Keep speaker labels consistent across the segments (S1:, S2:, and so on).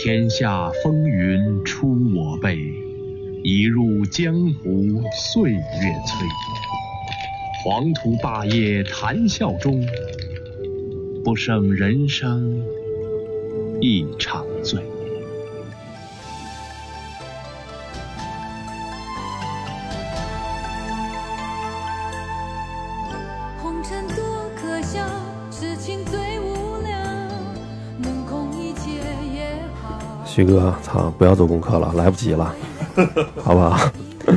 S1: 天下风云出我辈，一入江湖岁月催。黄土霸业谈笑中，不胜人生一场醉。
S2: 红尘多可笑，痴情最无聊，目空一切也好。
S3: 徐哥，操，不要做功课了，来不及了，好不好？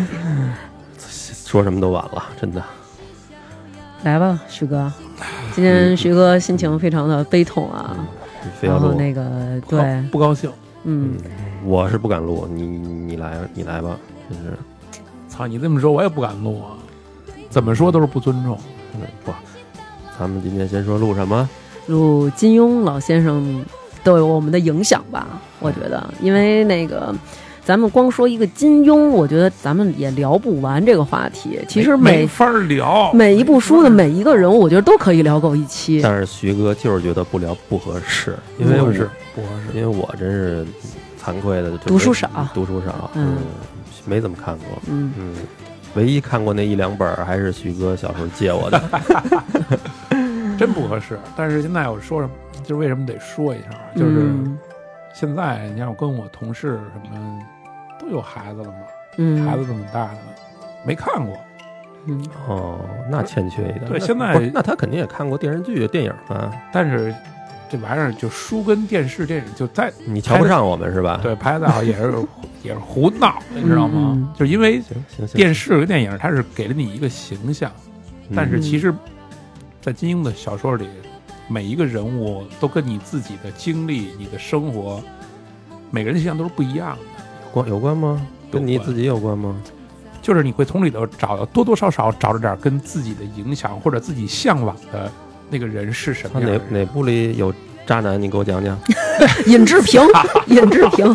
S3: 说什么都晚了，真的。
S4: 来吧，徐哥，今天徐哥心情非常的悲痛啊，然后那个对
S5: 不高兴，
S3: 我是不敢录，你来吧，真是。
S5: 操，你这么说我也不敢录啊，怎么说都是不尊重。
S3: 不，咱们今天先说录什么？
S4: 录金庸老先生对我们的影响吧，我觉得，因为那个。咱们光说一个金庸，我觉得咱们也聊不完这个话题。其实
S5: 没法聊，
S4: 每一部书的每一个人物，我觉得都可以聊够一期。
S3: 但是徐哥就是觉得不聊不合适，因为
S5: 不合适，
S3: 因为我真是惭愧的，
S4: 读书少，
S3: 没怎么看过，唯一看过那一两本还是徐哥小时候借我的，
S5: 真不合适。但是现在我说什么，就是为什么得说一下，就是现在你看我跟我同事什么都有孩子了嘛，孩子这么大的没看过，
S3: 哦，那欠缺一点。
S5: 对，现在
S3: 那他肯定也看过电视剧、电影啊，
S5: 但是这玩意儿就书跟电视、电影就在
S3: 你瞧不上我们是吧？
S5: 对，拍的好也是胡闹，你知道吗？就是因为电视和电影它是给了你一个形象，但是其实，在金庸的小说里。每一个人物都跟你自己的经历、你的生活，每个人形象都是不一样的。
S3: 有关吗？跟你自己有关吗？
S5: 就是你会从里头找到多多少少找着点跟自己的影响或者自己向往的那个人是什么样的人。
S3: 哪部里有渣男？你给我讲讲。
S4: 尹志平，尹志平。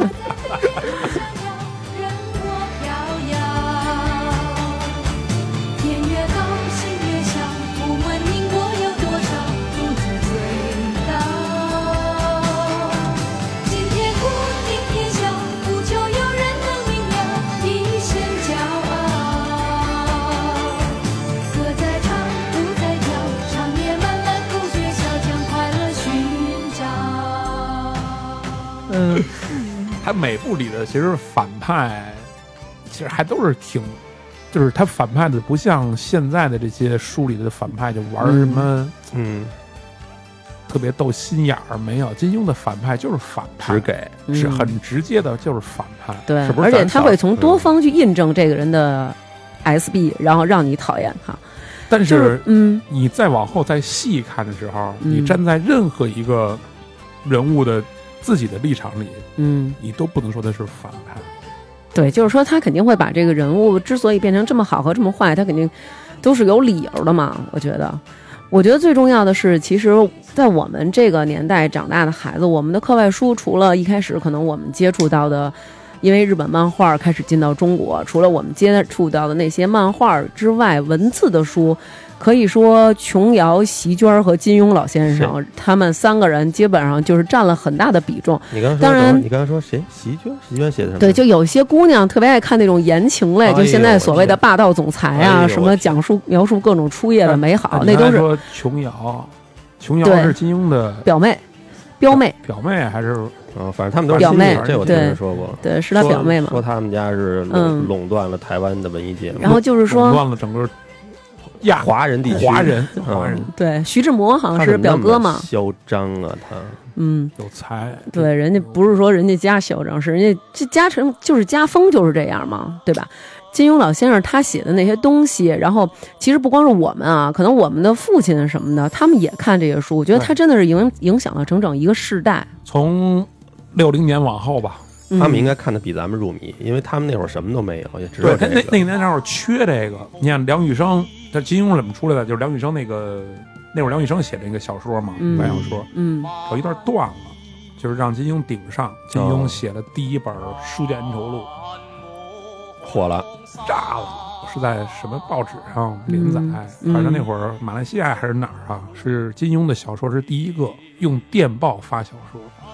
S5: 他每部里的其实反派，其实还都是就是他反派的不像现在的这些书里的反派就玩什么，特别斗心眼儿，没有。金庸的反派就是反派，是很直接的，就是反派。
S4: 对，
S5: 是不是？
S4: 而且他会从多方去印证这个人的 SB，然后让你讨厌他。
S5: 但是，你再往后再细看的时候，你站在任何一个人物的自己的立场里，你都不能说他是反派。
S4: 对，就是说他肯定会把这个人物之所以变成这么好和这么坏，他肯定都是有理由的嘛。我觉得最重要的是，其实在我们这个年代长大的孩子，我们的课外书除了一开始可能我们接触到的，因为日本漫画开始进到中国，除了我们接触到的那些漫画之外，文字的书可以说琼瑶、席娟和金庸老先生他们三个人基本上就是占了很大的比重。
S3: 你刚才说谁？席娟写的什么？
S4: 对，就有些姑娘特别爱看那种言情类，就现在所谓的霸道总裁啊，什么描述各种初夜的美好，那都是
S5: 说琼瑶是金庸的
S4: 表妹
S5: 还是
S3: 反正他们都是
S4: 表妹，
S3: 这我听人说过，
S4: 对，是他表妹嘛。
S3: 说他们家是垄断了台湾的文艺界，
S4: 然后就是说
S5: 垄断了整个
S3: 华人地区，
S5: 华人
S4: 对，徐志摩好像是表哥嘛，
S3: 嚣张啊他，
S5: 有才，
S4: 对，人家不是说人家家嚣张，是人家这家成就是家风就是这样嘛，对吧？金庸老先生他写的那些东西，然后其实不光是我们啊，可能我们的父亲什么的，他们也看这些书，我觉得他真的是影响了整整一个世代。
S5: 从60年往后吧，
S3: 他们应该看得比咱们入迷，因为他们那会儿什么都没有，也知道这个。
S5: 那年那会儿缺这个，你看梁羽生，他金庸怎么出来的？就是梁羽生那会儿梁羽生写的那个小说嘛，白小说，有一段断了，就是让金庸顶上。金庸写了第一本《书剑恩仇录》，
S3: 火了，
S5: 炸了。是在什么报纸上连载？反正那会儿马来西亚还是哪儿啊？是金庸的小说是第一个用电报发小说。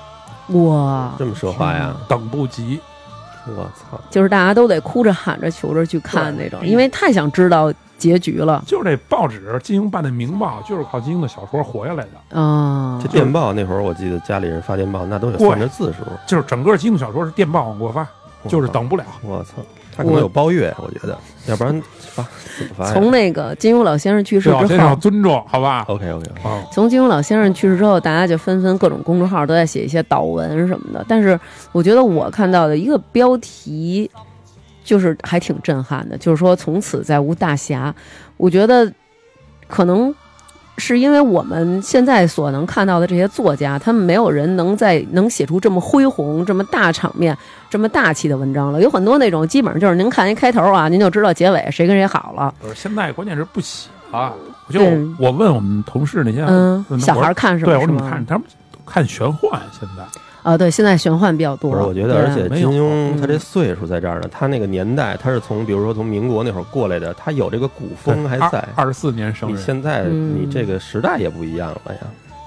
S4: 哇，
S3: 这么奢华呀？
S5: 等不及。
S3: 我操！
S4: 就是大家都得哭着喊着求着去看那种，因为太想知道结局了。
S5: 就是这报纸金庸办的《明报》，就是靠金庸的小说活下来的
S4: 啊。
S3: 这电报那会儿，我记得家里人发电报，那都得算着字数。
S5: 就是整个金庸小说是电报往过发，就是等不了。
S3: 我操！他可能有包月，我觉得，要不然怎么发？
S4: 从那个金庸老先生去世之后，
S5: 老先生要尊重，好吧
S3: ？OK。
S4: 从金庸老先生去世之后，大家就纷纷各种公众号都在写一些祷文什么的。但是我觉得我看到的一个标题，就是还挺震撼的，就是说从此再无大侠。我觉得可能是因为我们现在所能看到的这些作家，他们没有人能写出这么恢宏、这么大场面、这么大气的文章了。有很多那种基本上就是您看一开头啊，您就知道结尾谁跟谁好了。
S5: 现在关键是不写了。我问我们同事那些
S4: 小孩看什么？
S5: 对，我怎么看？他们看玄幻现在。
S4: 对，现在玄幻比较多。
S3: 不是，我觉得，而且金庸他这岁数在这儿呢，他那个年代，他是比如说从民国那会儿过来的，他有这个古风还在。
S5: 24年生人，
S3: 你现在你这个时代也不一样了呀。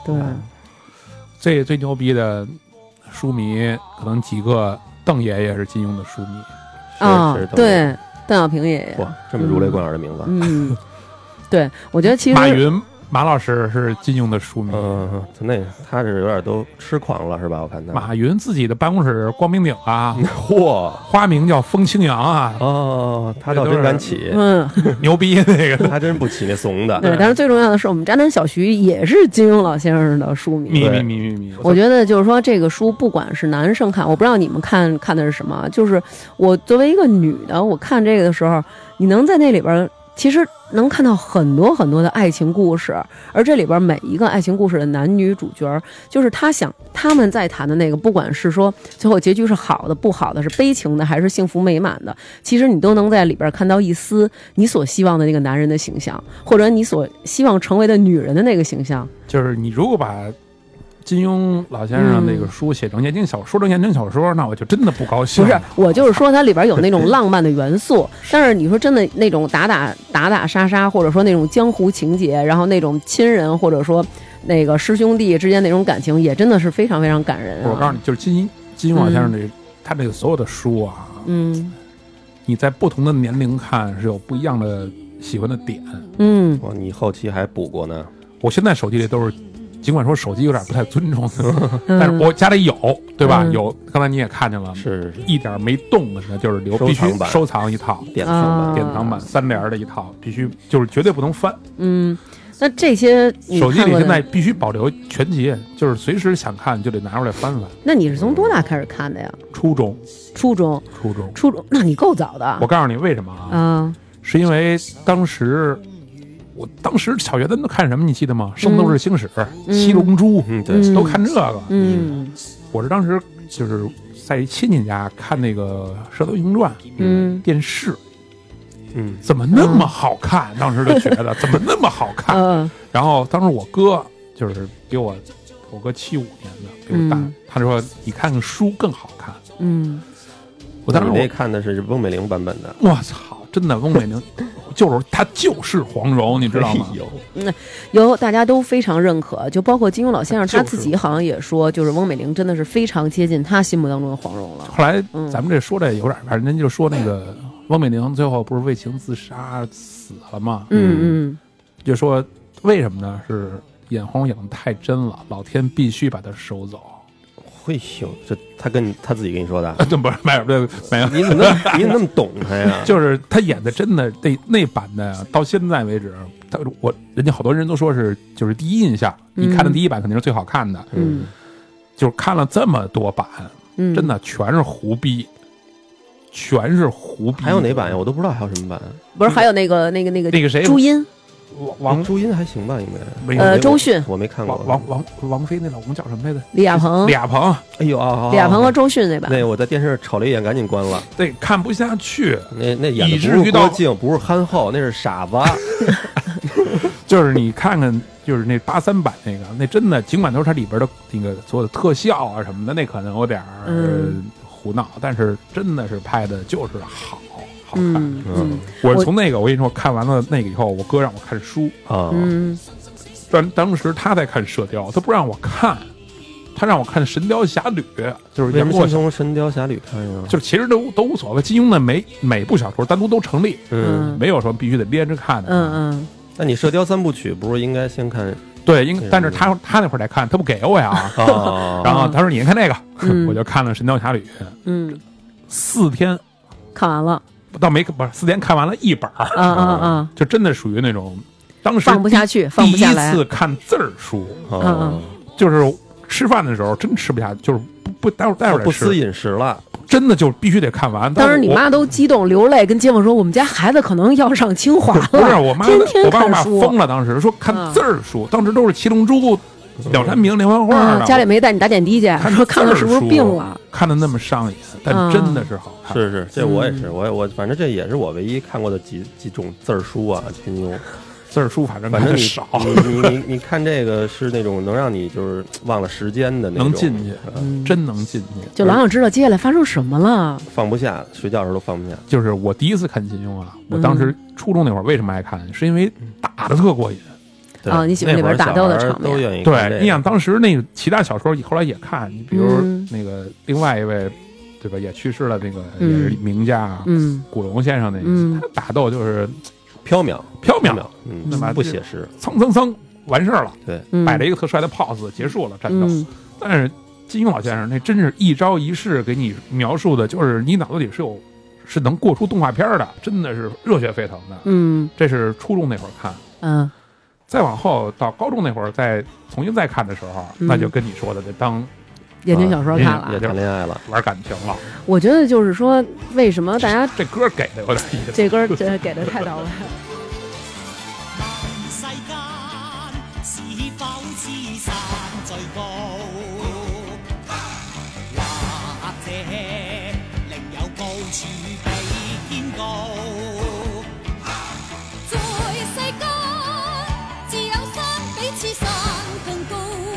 S4: 对，
S5: 最牛逼的书迷可能几个，邓爷爷是金庸的书迷
S4: 啊，对，邓小平爷爷，
S3: 哇，这么如雷贯耳的名字。
S4: 对，我觉得其实
S5: 马老师是金庸的书迷，
S3: 他是有点都痴狂了，是吧？我看他
S5: 马云自己的办公室光明顶啊，
S3: 嚯，
S5: 花名叫风清扬啊，
S3: 他倒真敢起，
S5: 牛逼那个，
S3: 他真不起那怂的。
S4: 对，但是最重要的是，我们渣男小徐也是金庸老先生的书迷，
S5: 迷。
S4: 我觉得就是说，这个书不管是男生看，我不知道你们看的是什么，就是我作为一个女的，我看这个的时候，你能在那里边。其实能看到很多很多的爱情故事，而这里边每一个爱情故事的男女主角，就是他们在谈的那个，不管是说最后结局是好的、不好的，是悲情的还是幸福美满的，其实你都能在里边看到一丝你所希望的那个男人的形象，或者你所希望成为的女人的那个形象。
S5: 就是你如果把金庸老先生那个书写成言情小说的言情小说，那我就真的不高兴。
S4: 不是，我就是说它里边有那种浪漫的元素，但是你说真的那种打打杀杀，或者说那种江湖情节，然后那种亲人或者说那个师兄弟之间那种感情，也真的是非常非常感人。
S5: 我告诉你，就是金庸老先生他这个所有的书啊，你在不同的年龄看是有不一样的喜欢的点。
S3: 哇，你后期还补过呢？
S5: 我现在手机里都是。尽管说手机有点不太尊重，但是我家里有，对吧？有，刚才你也看见了，
S3: 是
S5: 一点没动的，就是必须收藏一套
S3: 典藏版
S5: 3联的一套，必须就是绝对不能翻。
S4: 那这些
S5: 手机里现在必须保留全集，就是随时想看就得拿出来翻翻。
S4: 那你是从多大开始看的呀？
S5: 初中，
S4: 那你够早的。
S5: 我告诉你为什么啊？是因为当时小学咱都看什么？你记得吗？《圣斗士星矢》七龙珠，
S3: 对，
S5: 都看这个。我是当时就是在亲戚家看那个《射雕英雄传》，电视，怎么那么好看？当时就觉得怎么那么好看。然后当时我哥就是比我哥75年的，比我大，他就说你看看书更好看。我当时
S3: 那看的是翁美玲版本的。
S5: 我操，真的翁美玲。他就是黄蓉，你知道吗？
S4: 有大家都非常认可，就包括金庸老先生他自己好像也说，就是翁美玲真的是非常接近他心目当中的黄蓉了。
S5: 后来咱们这说的有点，反正人就说那个翁美玲最后不是为情自杀死了吗？就说为什么呢？是眼红眼太真了，老天必须把他收走。
S3: 会行，这他自己跟你说的？
S5: 这不是没有，
S3: 你怎么那么懂他呀？
S5: 就是他演的真的那版的，到现在为止，人家好多人都说是就是第一印象，你看的第一版肯定是最好看的。就是看了这么多版，真的全是胡逼。
S3: 还有哪版呀？我都不知道还有什么版。
S4: 不是还有那个
S5: 谁？
S4: 朱茵。
S3: 朱茵还行吧，应该。
S4: 周迅
S3: 我没看过。
S5: 王菲那老公叫什么来着？
S4: 李亚鹏。
S3: 哎呦
S4: 李亚鹏和周迅那版。
S3: 那我在电视瞅了一眼，赶紧关了。
S5: 对，看不下去。
S3: 那演的不是郭靖，不是憨厚，那是傻子。
S5: 就是你看看，就是那83版那真的，尽管都是它里边的那个所有的特效啊什么的，那可能有点胡闹，但是真的是拍的就是好看。我是从那个我跟你说看完了那个以后，我哥让我看书啊，当时他在看《射雕》，他不让我看， 他让我看《神雕侠侣》，就是
S3: 为什么先从《神雕侠侣》看呀？
S5: 就是其实都无所谓，金庸的每部小说单独都成立，没有说必须得连着看的。
S3: 那你《射雕三部曲》不是应该先看？
S5: 对，但是他那会儿在看，他不给我呀。然后他说：“你先看那个。”我就看了《神雕侠侣》。4天
S4: 看完了，
S5: 不是4天看完了一本。就真的属于那种当时
S4: 放不下去，放不下来。
S5: 第一次看字儿书，就是吃饭的时候真吃不下，就是不待会儿
S3: 不思饮食了。
S5: 真的就必须得看完。
S4: 当时你妈都激动流泪，跟街坊说我们家孩子可能要上清华了。
S5: 不是我妈，
S4: 天天看书，
S5: 我爸疯了。当时说看字儿书，当时都是《七龙珠》《鸟山明》连环画的。
S4: 家里没带你打点滴去，说看看是不是病了。
S5: 看的那么上瘾，但真的是好看。
S3: 是，这我也是，我反正这也是我唯一看过的几种字儿书啊，金庸。
S5: 字儿书反正少，
S3: 你看这个是那种能让你就是忘了时间的那种，
S5: 能进去，真能进去，
S4: 就老想知道接下来发生什么了，
S3: 放不下，睡觉的时候都放不下。
S5: 就是我第一次看金庸啊，我当时初中那会儿为什么爱看，是因为打的特过瘾
S4: 啊！你喜欢里边打斗的场面，
S3: 都愿意。
S5: 对，你想当时那个其他小说后来也看，你比如那个另外一位，对吧，也去世了，那个也是名家，古龙先生那个，他打斗就是。
S3: 缥缈，
S5: 那么
S3: 不写实，
S5: 蹭完事儿了，
S3: 对，
S5: 摆了一个特帅的 pose 结束了战斗。但是金庸老先生那真是一招一式给你描述的，就是你脑子里是能过出动画片的，真的是热血沸腾的。这是初中那会儿看，再往后到高中那会儿再重新再看的时候，那就跟你说的得当
S4: 言情小说看了，
S3: 也谈恋爱了，
S5: 玩感情了。
S4: 我觉得就是说，为什么大家
S5: 这歌给的有点意思？
S4: 这歌真给的太到位。
S6: 世間是否此山最高？或者另有高處比天高？在世間自有山比此山更高。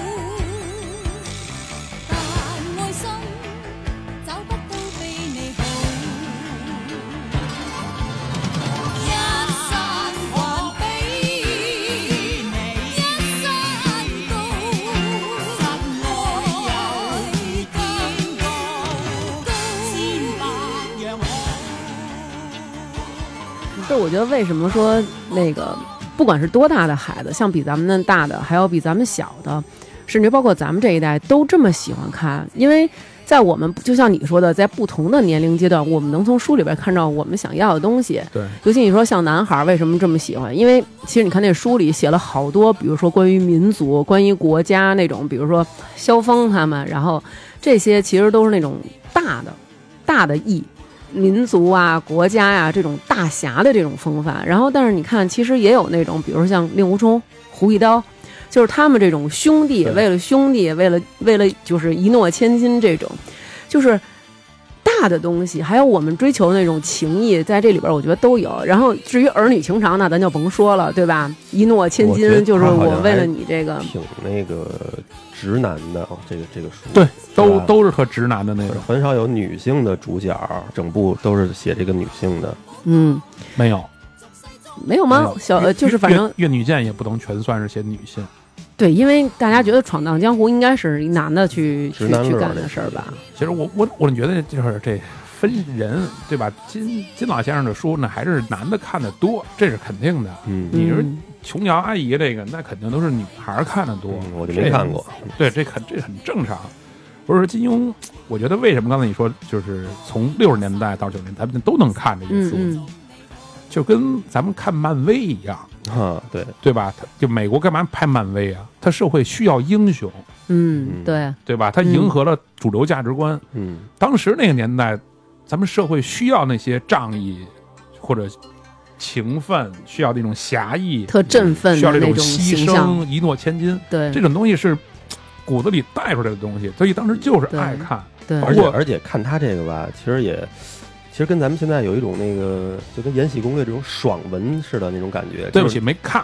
S4: 就我觉得为什么说那个不管是多大的孩子，像比咱们那大的，还有比咱们小的，甚至包括咱们这一代都这么喜欢看，因为在我们就像你说的，在不同的年龄阶段，我们能从书里边看到我们想要的东西。
S5: 对，
S4: 尤其你说像男孩为什么这么喜欢？因为其实你看那书里写了好多，比如说关于民族、关于国家那种，比如说萧峰他们，然后这些其实都是那种大的意。民族啊，国家呀、这种大侠的这种风范。然后，但是你看，其实也有那种，比如说像令狐冲、胡一刀，就是他们这种兄弟，为了兄弟，为了就是一诺千金这种，就是大的东西，还有我们追求那种情谊，在这里边我觉得都有。然后至于儿女情长，那咱就甭说了，对吧？一诺千金，就是我为了你这个，
S3: 挺那个直男的这个书，
S5: 对，都是特直男的那种，
S3: 很少有女性的主角，整部都是写这个女性的。
S5: 没有
S4: 吗？就是反正
S5: 越女剑也不能全算是写女性。
S4: 对，因为大家觉得闯荡江湖应该是一男的去干的事儿吧。
S5: 其实我觉得就是这分人，对吧？金老先生的书呢，还是男的看的多，这是肯定的。你说琼瑶阿姨这个，那肯定都是女孩看的多。
S3: 我就没看过。
S5: 对，这很正常。不是说金庸，我觉得为什么刚才你说就是从60年代到90年代，咱们都能看这些书，就跟咱们看漫威一样。对吧？就美国干嘛拍漫威啊？他社会需要英雄，对吧？他迎合了主流价值观。当时那个年代，咱们社会需要那些仗义或者情分，需要那种侠义、
S4: 特振奋，
S5: 需要这种牺牲、一诺千金。
S4: 对，
S5: 这种东西是骨子里带出来的东西，所以当时就是爱看。
S4: 对，
S3: 而且看他这个吧，其实跟咱们现在有一种那个，就跟《延禧攻略》这种爽文似的那种感觉。
S5: 对不起，没看过。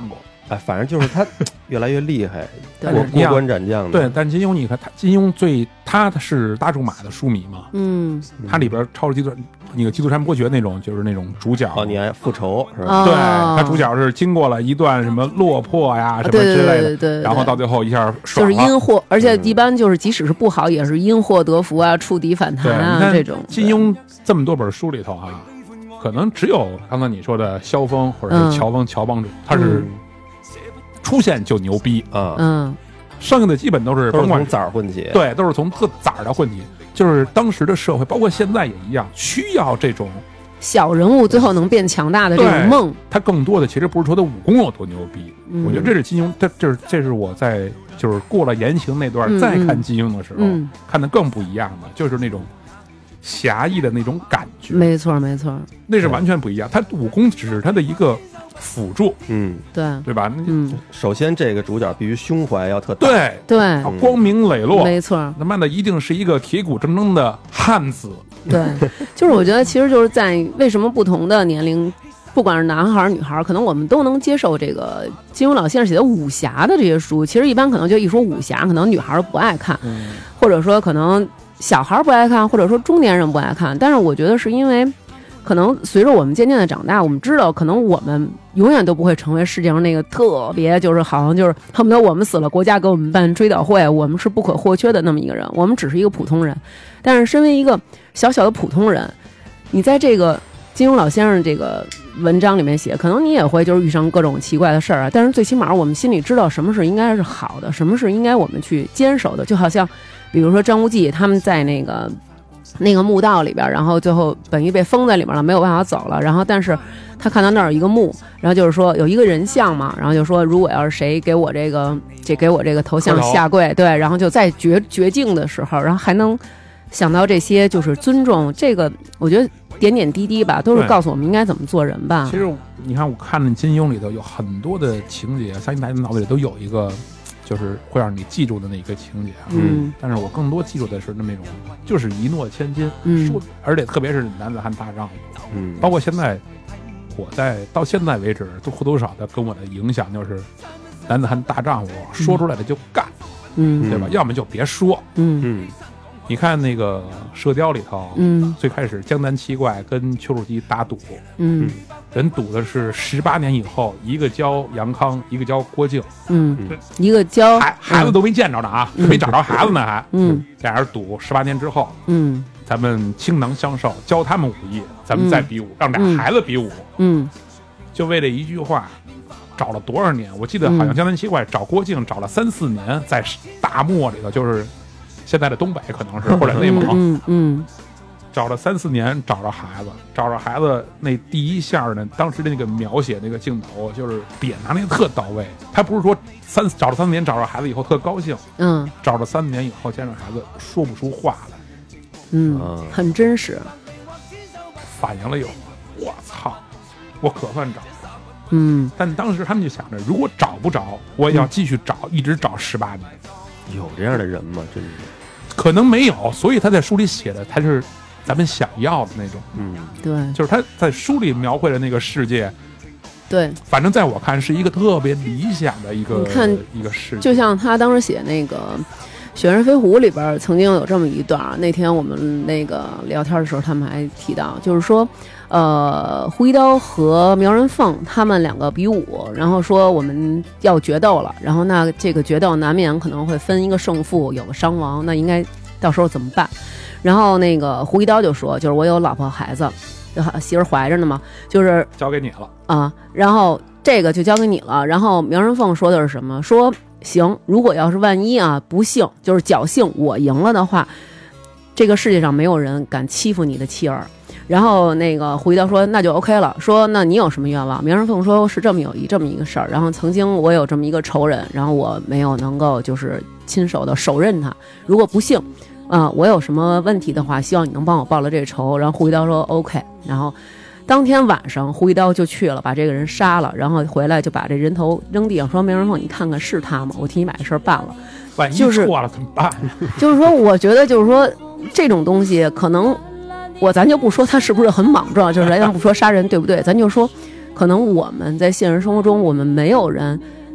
S3: 反正就是他越来越厉害，过关斩将的。
S5: 对，但金庸你看，金庸他是大仲马的书迷嘛，他里边超级那个基督山伯爵那种，就是那种主角
S3: 你还复仇是吧？
S5: 对，他主角是经过了一段什么落魄呀什么之类的，
S4: 对，
S5: 然后到最后一下爽了，
S4: 就是因祸，而且一般就是即使是不好，也是因祸得福啊，触底反弹啊这种。
S5: 金庸这么多本书里头啊，可能只有刚才你说的萧峰或者是乔帮主，他是出现就牛逼啊，剩下的基本都是
S3: 从崽儿混起，
S5: 对，都是从特崽儿的混起。就是当时的社会，包括现在也一样，需要这种
S4: 小人物最后能变强大的这种梦。
S5: 他更多的其实不是说他武功有多牛逼，我觉得这是金庸，这是我在就是过了言情那段再看金庸的时候，看的更不一样的，就是那种侠义的那种感觉。
S4: 没错，
S5: 那是完全不一样。他武功只是他的一个辅助，
S4: 对
S5: 吧？
S3: 首先这个主角必须胸怀要特大，
S4: 对，
S5: 光明磊落，
S4: 没错。
S5: 他妈的一定是一个铁骨铮铮的汉子。
S4: 对，就是我觉得其实就是在为什么不同的年龄，不管是男孩女孩，可能我们都能接受这个金庸老先生写的武侠的这些书。其实一般可能就一说武侠，可能女孩不爱看，或者说可能小孩不爱看，或者说中年人不爱看。但是我觉得是因为可能随着我们渐渐的长大，我们知道可能我们永远都不会成为世界上那个特别就是好像就是恨不得我们死了国家给我们办追悼会，我们是不可或缺的那么一个人，我们只是一个普通人。但是身为一个小小的普通人，你在这个金庸老先生这个文章里面写，可能你也会就是遇上各种奇怪的事儿啊，但是最起码我们心里知道什么是应该是好的，什么是应该我们去坚守的。就好像比如说张无忌他们在那个墓道里边，然后最后本鱼被封在里面了，没有办法走了，然后但是他看到那儿有一个墓，然后就是说有一个人像嘛，然后就说如果要是谁给我这个头像下跪，对，然后就在绝境的时候，然后还能想到这些就是尊重，这个我觉得点点滴滴吧，都是告诉我们应该怎么做人吧。
S5: 其实你看我看了金庸里头有很多的情节，相信大家脑子里都有一个就是会让你记住的那一个情节但是我更多记住的是那种就是一诺千金，说，而且特别是男子汉大丈夫，包括现在我到现在为止都或多或少的跟我的影响就是男子汉大丈夫说出来的就干，对吧？要么就别说，你看那个射雕里头，最开始江南七怪跟丘处机打赌，人赌的是18年以后，一个教杨康，一个教郭靖，
S4: 一个教
S5: 孩子都没见着呢啊，没找着孩子呢还，俩人赌18年之后，咱们倾囊相授，教他们武艺，咱们再比武，让俩孩子比武，就为了一句话。找了多少年？我记得好像江南七怪找郭靖找了3、4年，在大漠里头，就是现在的东北可能是或者内蒙，找了3、4年，找着孩子那第一下呢，当时的那个描写那个镜头，就是点拿那个特到位。他不是说找了3年找着孩子以后特高兴，找了3年以后见着孩子说不出话来，
S4: 很真实，
S5: 反映了有我操，我可算找着。但当时他们就想着，如果找不着，我也要继续找，一直找18年。
S3: 有这样的人吗？真是
S5: 可能没有，所以他在书里写的，他是咱们想要的那种。
S4: 对，
S5: 就是他在书里描绘的那个世界。
S4: 对，
S5: 反正在我看是一个特别理想的一个世界。
S4: 就像他当时写那个《雪人飞狐》里边曾经有这么一段，那天我们那个聊天的时候，他们还提到，就是说。胡一刀和苗人凤他们2个比武，然后说我们要决斗了，然后那这个决斗难免可能会分一个胜负，有个伤亡，那应该到时候怎么办？然后那个胡一刀就说，就是我有老婆孩子，媳妇怀着呢嘛，就是
S5: 交给你了
S4: 啊，然后这个就交给你了。然后苗人凤说的是什么？说行，如果要是万一啊不幸就是侥幸我赢了的话，这个世界上没有人敢欺负你的妻儿。然后那个胡一刀说那就 OK 了，说那你有什么愿望？苗人凤说是这么一个事儿，然后曾经我有这么一个仇人，然后我没有能够就是亲手的手刃他，如果不幸我有什么问题的话，希望你能帮我报了这仇。然后胡一刀说 OK， 然后当天晚上胡一刀就去了，把这个人杀了，然后回来就把这人头扔地上，说苗人凤你看看是他吗？我替你把这事儿办了。
S5: 万一错了怎么办？
S4: 就是说我觉得就是说这种东西可能咱就不说他是不是很莽撞，就是咱不说杀人对不对，咱就说可能我们在现实生活中我们没有人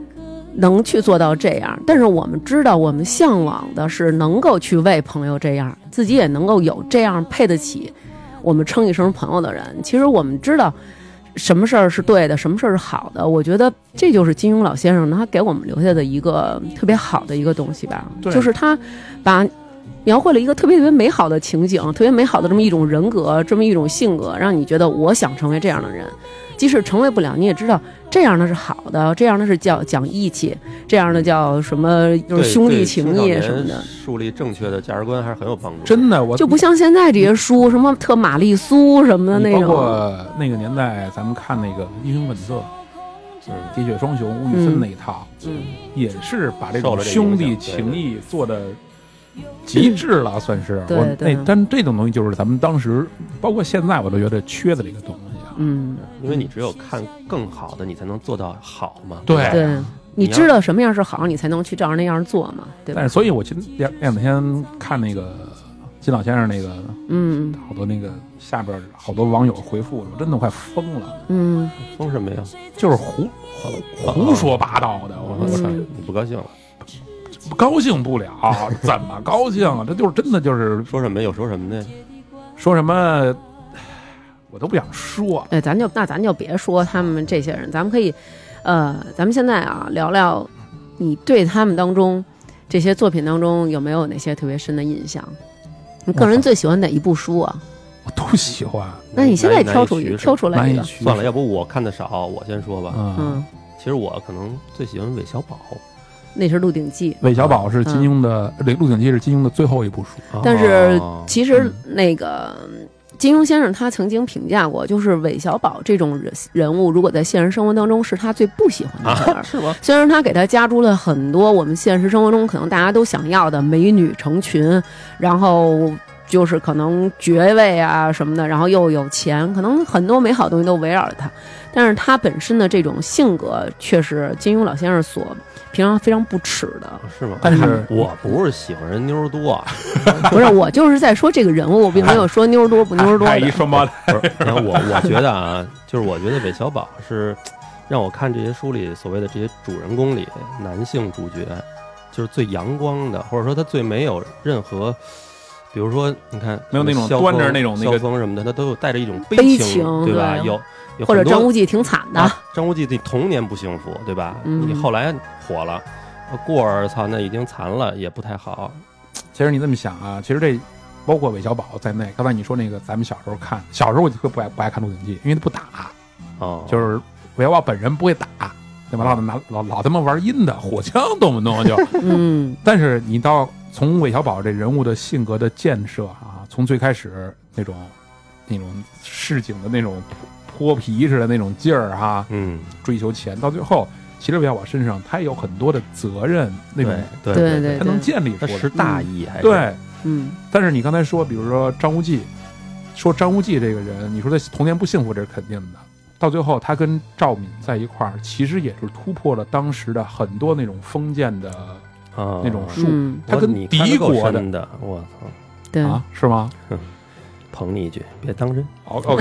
S4: 能去做到这样，但是我们知道，我们向往的是能够去为朋友这样，自己也能够有这样配得起我们称一声朋友的人。其实我们知道什么事儿是对的，什么事儿是好的。我觉得这就是金庸老先生他给我们留下的一个特别好的一个东西吧，就是他把描绘了一个特别特别美好的情景，特别美好的这么一种人格，这么一种性格，让你觉得我想成为这样的人。即使成为不了，你也知道这样的是好的，这样的是叫讲义气，这样的叫什么兄弟情谊什么的。
S3: 树立正确的价值观还是很有帮助。
S5: 真的，我
S4: 就不像现在这些书，什么特玛丽苏什么的那种。
S5: 包括那个年代，咱们看那个《英雄本色》，滴血双雄吴宇森那一套，也是把这种兄弟情谊做的极致了，算是。
S4: 对，
S5: 但这种东西就是咱们当时，包括现在，我都觉得缺的这个东西。
S3: 因为你只有看更好的，你才能做到好嘛。
S4: 对，你知道什么样是好，你才能去照着那样做嘛，对吧？
S5: 但是，所以我前两天看那个金老先生那个，好多那个下边好多网友回复，我真的快疯了。
S3: 疯什么呀？
S5: 就是胡说八道的。我操，
S3: 你不高兴了？
S5: 高兴不了，怎么高兴啊？这就是真的就是
S3: 说什么有说什么呢？
S5: 说什么？我都不想说。
S4: 咱就别说他们这些人，咱们可以，咱们现在啊聊聊，你对他们当中这些作品当中有没有哪些特别深的印象？你个人最喜欢哪一部书啊？
S5: 我都喜欢。
S4: 那你现在挑出来一个。
S3: 算了，要不我看的少，我先说吧。其实我可能最喜欢韦小宝。
S4: 那是《鹿鼎记》，
S5: 韦小宝是金庸的，《鹿鼎记》是金庸的最后一部书。
S4: 但是其实那个金庸先生他曾经评价过，就是韦小宝这种人物，如果在现实生活当中是他最不喜欢的人，
S3: 是吗？
S4: 虽然他给他加诸了很多我们现实生活中可能大家都想要的美女成群，然后就是可能爵位啊什么的，然后又有钱，可能很多美好的东西都围绕着他，但是他本身的这种性格却是金庸老先生所平常非常不耻的。
S3: 是吗？但是我不是喜欢人妞多，
S4: 不是，我就是在说这个人物，我并没有说妞多不妞多的。
S5: 一双胞胎。
S3: 然后我觉得啊，就是我觉得韦小宝是让我看这些书里所谓的这些主人公里男性主角，就是最阳光的，或者说他最没有任何。比如说，你看，
S5: 没有那种端着那种
S3: 萧峰什么的，他都有带着一种
S4: 悲
S3: 情，对吧？有
S4: 或者张无忌挺惨的，
S3: 张无忌你童年不幸福，对吧？你后来火了，过儿操那已经残了，也不太好。
S5: 其实你这么想啊，其实这包括韦小宝在内，刚才你说那个，咱们小时候看，小时候我就不爱看《鹿鼎记》，因为他不打，就是韦小宝本人不会打，对吧？老他妈玩阴的火枪，动不动就，但是你到。从韦小宝这人物的性格的建设啊，从最开始那种市井的那种泼皮似的那种劲儿哈，追求钱，到最后，其实韦小宝身上他有很多的责任，那种
S4: 对，
S5: 他能建立出来，
S3: 是大义还是
S5: 对，但是你刚才说，比如说张无忌这个人，你说他童年不幸福，这是肯定的。到最后，他跟赵敏在一块儿，其实也是突破了当时的很多那种封建的。那种术，他跟敌国
S3: 的，我操，
S4: 对
S5: 啊，是吗？
S3: 捧你一句，别当真。
S5: OK，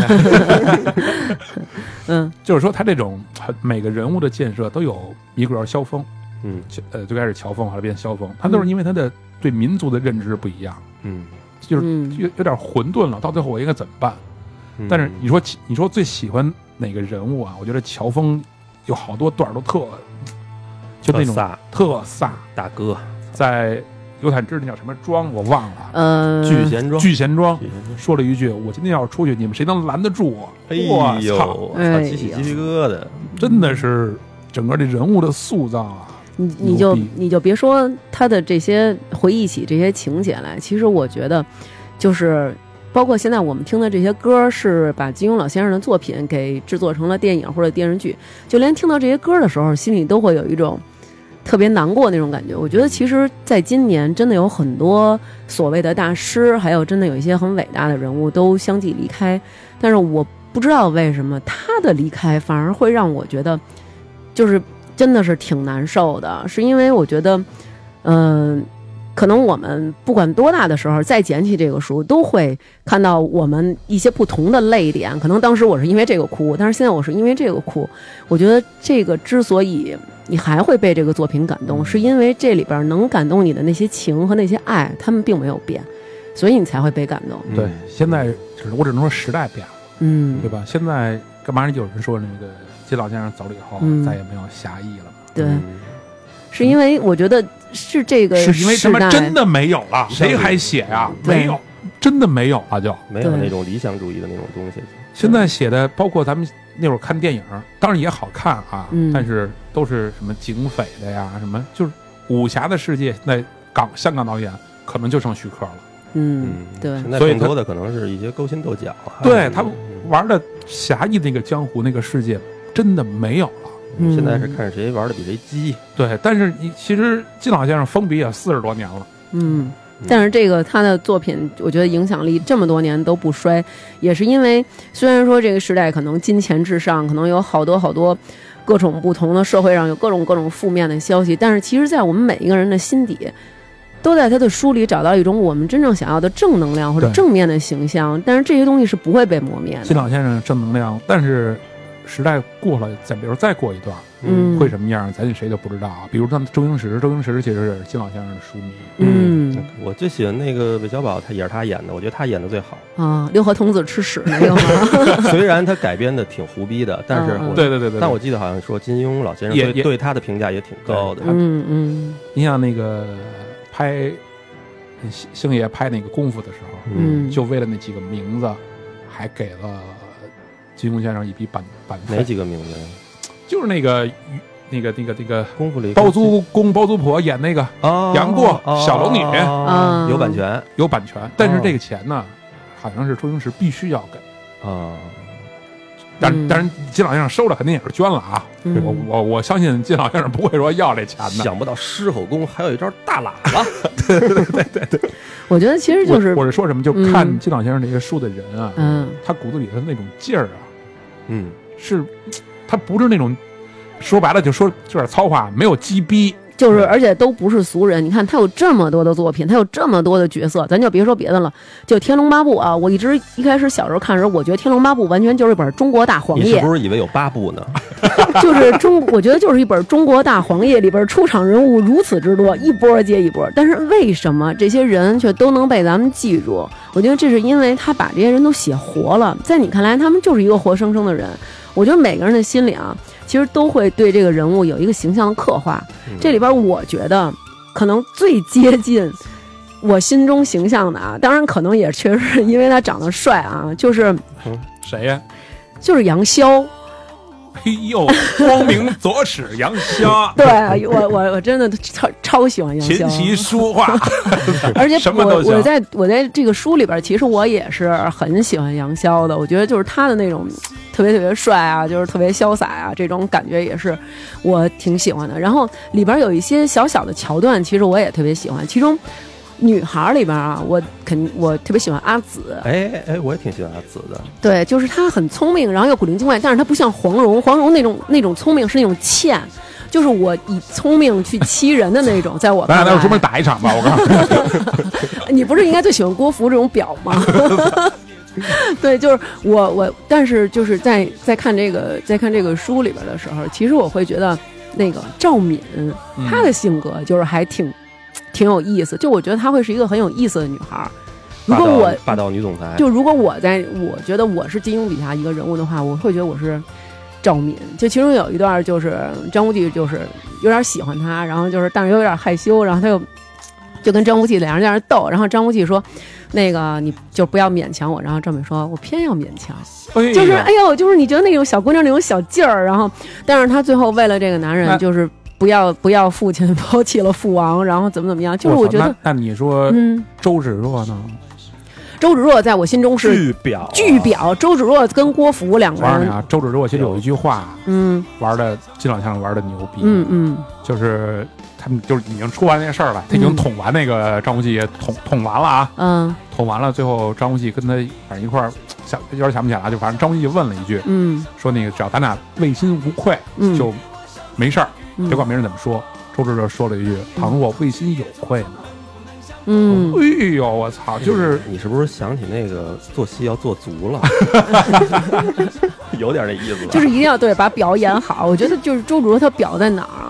S5: 就是说他这种每个人物的建设都有一个萧峰，最开始乔峰，后来变萧峰，他都是因为他的对民族的认知不一样，就是有点混沌了，到最后我应该怎么办？但是你说最喜欢哪个人物啊？我觉得乔峰有好多段都就那种特飒
S3: 大哥，
S5: 在刘坦之那叫什么庄我忘了，聚贤庄说了一句：“我今天要出去，你们谁能拦得住我？”
S3: 哎呦，起鸡皮疙瘩，
S5: 真的是整个这人物的塑造啊！
S4: 你就别说他的这些回忆起这些情节来，其实我觉得就是。包括现在我们听的这些歌，是把金庸老先生的作品给制作成了电影或者电视剧，就连听到这些歌的时候，心里都会有一种特别难过那种感觉。我觉得其实在今年真的有很多所谓的大师，还有真的有一些很伟大的人物都相继离开，但是我不知道为什么他的离开反而会让我觉得就是真的是挺难受的，是因为我觉得可能我们不管多大的时候再捡起这个书，都会看到我们一些不同的泪点。可能当时我是因为这个哭，但是现在我是因为这个哭。我觉得这个之所以你还会被这个作品感动，是因为这里边能感动你的那些情和那些爱，他们并没有变，所以你才会被感动。
S5: 对，现在我只能说时代变了，对吧？现在干嘛有人说那个金老先生走了以后，再也没有侠义了？
S4: 对，是因为我觉得是这个，
S5: 是因为他们真的没有了，谁还写呀？没有，真的没有了，就
S3: 没有那种理想主义的那种东西。
S5: 现在写的，包括咱们那会儿看电影，当然也好看啊，但是都是什么警匪的呀，什么就是武侠的世界。那香港导演可能就剩徐克了。
S4: 对，
S3: 现在更多的可能是一些勾心斗角啊。
S5: 对，他玩的侠义那个江湖那个世界真的没有了。
S3: 现在是看谁玩的比谁激。
S5: 对，但是其实金老先生封笔也40多年了。
S4: 但是这个他的作品，我觉得影响力这么多年都不衰，也是因为虽然说这个时代可能金钱至上，可能有好多各种不同的社会上有各种负面的消息，但是其实在我们每一个人的心底，都在他的书里找到一种我们真正想要的正能量或者正面的形象，但是这些东西是不会被磨灭的。
S5: 金老先生正能量，但是时代过了，比如再过一段，会什么样，咱谁都不知道啊。比如像周星驰其实是金老先生的书迷。
S3: 我最喜欢那个韦小宝，他也是他演的，我觉得他演的最好
S4: 啊。六合童子吃屎那个吗？
S3: 虽然他改编的挺胡逼的，但是
S5: 对，
S3: 但我记得好像说金庸老先生对他的评价也挺高的。
S5: 你像那个拍星爷拍那个功夫的时候，就为了那几个名字，还给了金庸先生一笔版费。
S3: 哪几个名字？
S5: 就是那个
S3: 功夫里
S5: 包租婆演那个杨过小龙女
S3: 有版权，
S5: 但是这个钱呢，好像是周星驰必须要给啊。但是金老先生收了肯定也是捐了啊。我相信金老先生不会说要这钱的。
S3: 想不到狮吼功还有一招大喇叭。
S5: 对。
S4: 我觉得其实就是
S5: 我是说什么，就看金老先生这个书的人啊，他骨子里的那种劲儿啊，是他不是那种。说白了就说有点糙话，没有鸡逼，
S4: 就是而且都不是俗人。你看他有这么多的作品，他有这么多的角色，咱就别说别的了，就《天龙八部》啊，我一开始小时候看的时候，我觉得《天龙八部》完全就是一本中国大黄页。
S3: 你是不是以为有8部呢？
S4: 就是我觉得就是一本中国大黄页，里边出场人物如此之多，一波接一波。但是为什么这些人却都能被咱们记住？我觉得这是因为他把这些人都写活了，在你看来，他们就是一个活生生的人。我觉得每个人的心里啊，其实都会对这个人物有一个形象的刻画。这里边我觉得可能最接近我心中形象的啊，当然可能也确实是因为他长得帅啊，就是
S5: 谁呀？
S4: 就是杨逍。
S5: 哎呦，光明左使杨逍。
S4: 对，我真的超喜欢杨逍，
S5: 琴棋书画，
S4: 而且我在这个书里边，其实我也是很喜欢杨逍的。我觉得就是他的那种特别帅啊，就是特别潇洒啊，这种感觉也是我挺喜欢的。然后里边有一些小小的桥段，其实我也特别喜欢。其中女孩里边啊，我特别喜欢阿紫。
S3: 哎，我也挺喜欢阿紫的。
S4: 对，就是她很聪明，然后又古灵精怪，但是她不像黄蓉那种聪明是那种欠，就是我以聪明去欺人的那种。在我看来，
S5: 咱俩出门打一场吧，我告
S4: 诉你。你不是应该最喜欢郭芙这种婊吗？对，就是我，但是就是在看这个书里边的时候，其实我会觉得那个赵敏她的性格就是还挺有意思，就我觉得她会是一个很有意思的女孩。如果我
S3: 霸道女总裁，
S4: 就如果我觉得我是金庸笔下一个人物的话，我会觉得我是赵敏。就其中有一段就是张无忌就是有点喜欢她，然后就是但是又有点害羞，然后他就跟张无忌两人在那斗，然后张无忌说那个你就不要勉强我，然后赵敏说我偏要勉强，就是哎呦，就是你觉得那种小姑娘那种小劲儿，然后但是她最后为了这个男人就是不要父亲，抛弃了父王，然后怎么样，就是我觉得
S5: 那你说周芷若呢？
S4: 周芷若在我心中是巨表。周芷若跟郭芙两个人
S5: 啊，周芷若其实有一句话，玩的金老先生玩的牛逼，就是他们就是已经出完那事儿了，他已经捅完那个张无忌也捅完了啊，捅完了，最后张无忌跟他反正一块儿有点想不起来了，就反正张无忌问了一句，说那个只要咱俩问心无愧，就没事儿，别管别人怎么说。周芷若说了一句：“倘若我问心有愧呢？”哎呦，我操！就是
S3: 你是不是想起那个做戏要做足了？有点那意思吧？
S4: 就是一定要对把表演好。我觉得就是周芷若她表在哪儿啊？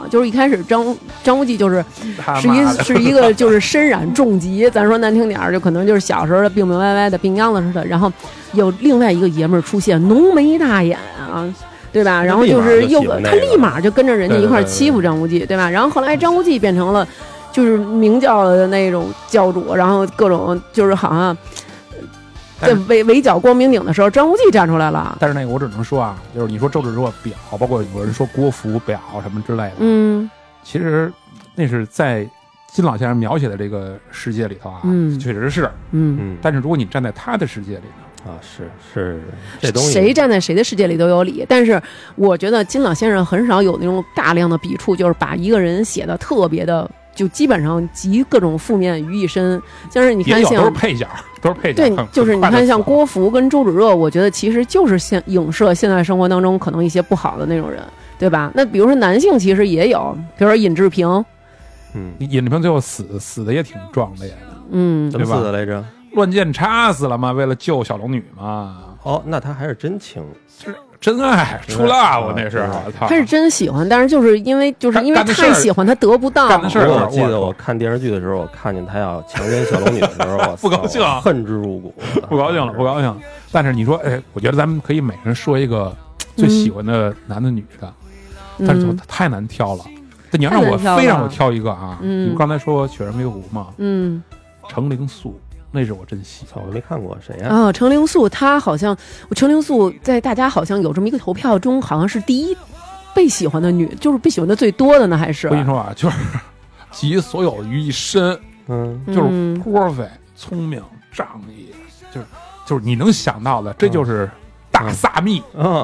S4: 就是一开始张无忌就是是一个就是身染重疾，咱说难听点儿，就可能就是小时候的病病歪歪的病秧子似的，然后有另外一个爷们儿出现，浓眉大眼啊。对吧？然后就是他立马就跟着人家一块欺负张无忌，对吧？然后后来张无忌变成了就是明教的那种教主，然后各种就是好像在围剿光明顶的时候，张无忌站出来了。
S5: 但是那个我只能说啊，就是你说周芷若表，包括有人说郭芙表什么之类的，其实那是在金老先生描写的这个世界里头啊，确实是，但是如果你站在他的世界里呢？
S3: 是这东西，
S4: 谁站在谁的世界里都有理。但是我觉得金老先生很少有那种大量的笔触，就是把一个人写的特别的，就基本上集各种负面于一身。像是你看像
S5: 都是配角，
S4: 对，就是你看像郭芙跟周芷若，我觉得其实就是影射现在生活当中可能一些不好的那种人，对吧？那比如说男性其实也有，比如说尹志平，
S5: 尹志平最后死的也挺壮烈的，
S3: 怎么死的来着？
S5: 乱箭插死了吗？为了救小龙女嘛。
S3: 哦，那他还是真情，
S5: 真爱出了，我那是，
S4: 他是真喜欢，但是就是因为太喜欢，他得不到。
S5: 干的事儿，
S3: 我记得我看电视剧的时候，我看见他要强奸小龙女的时候，我
S5: 不高兴，
S3: 恨之入骨，
S5: 不高兴了。但是你说，我觉得咱们可以每个人说一个最喜欢的男的女的，但是太难挑了。但你要让我非让我挑一个啊，你不刚才说《雪人为狐》吗？程灵素。那是我真喜欢，
S3: 我没看过谁呀？
S4: 程灵素，她好像程灵素在大家好像有这么一个投票中，好像是第一被喜欢的女，就是被喜欢的最多的呢，还是？
S5: 我跟你说啊，就是集所有于一身，就是泼费、聪明、仗义，就是你能想到的，这就是大萨密，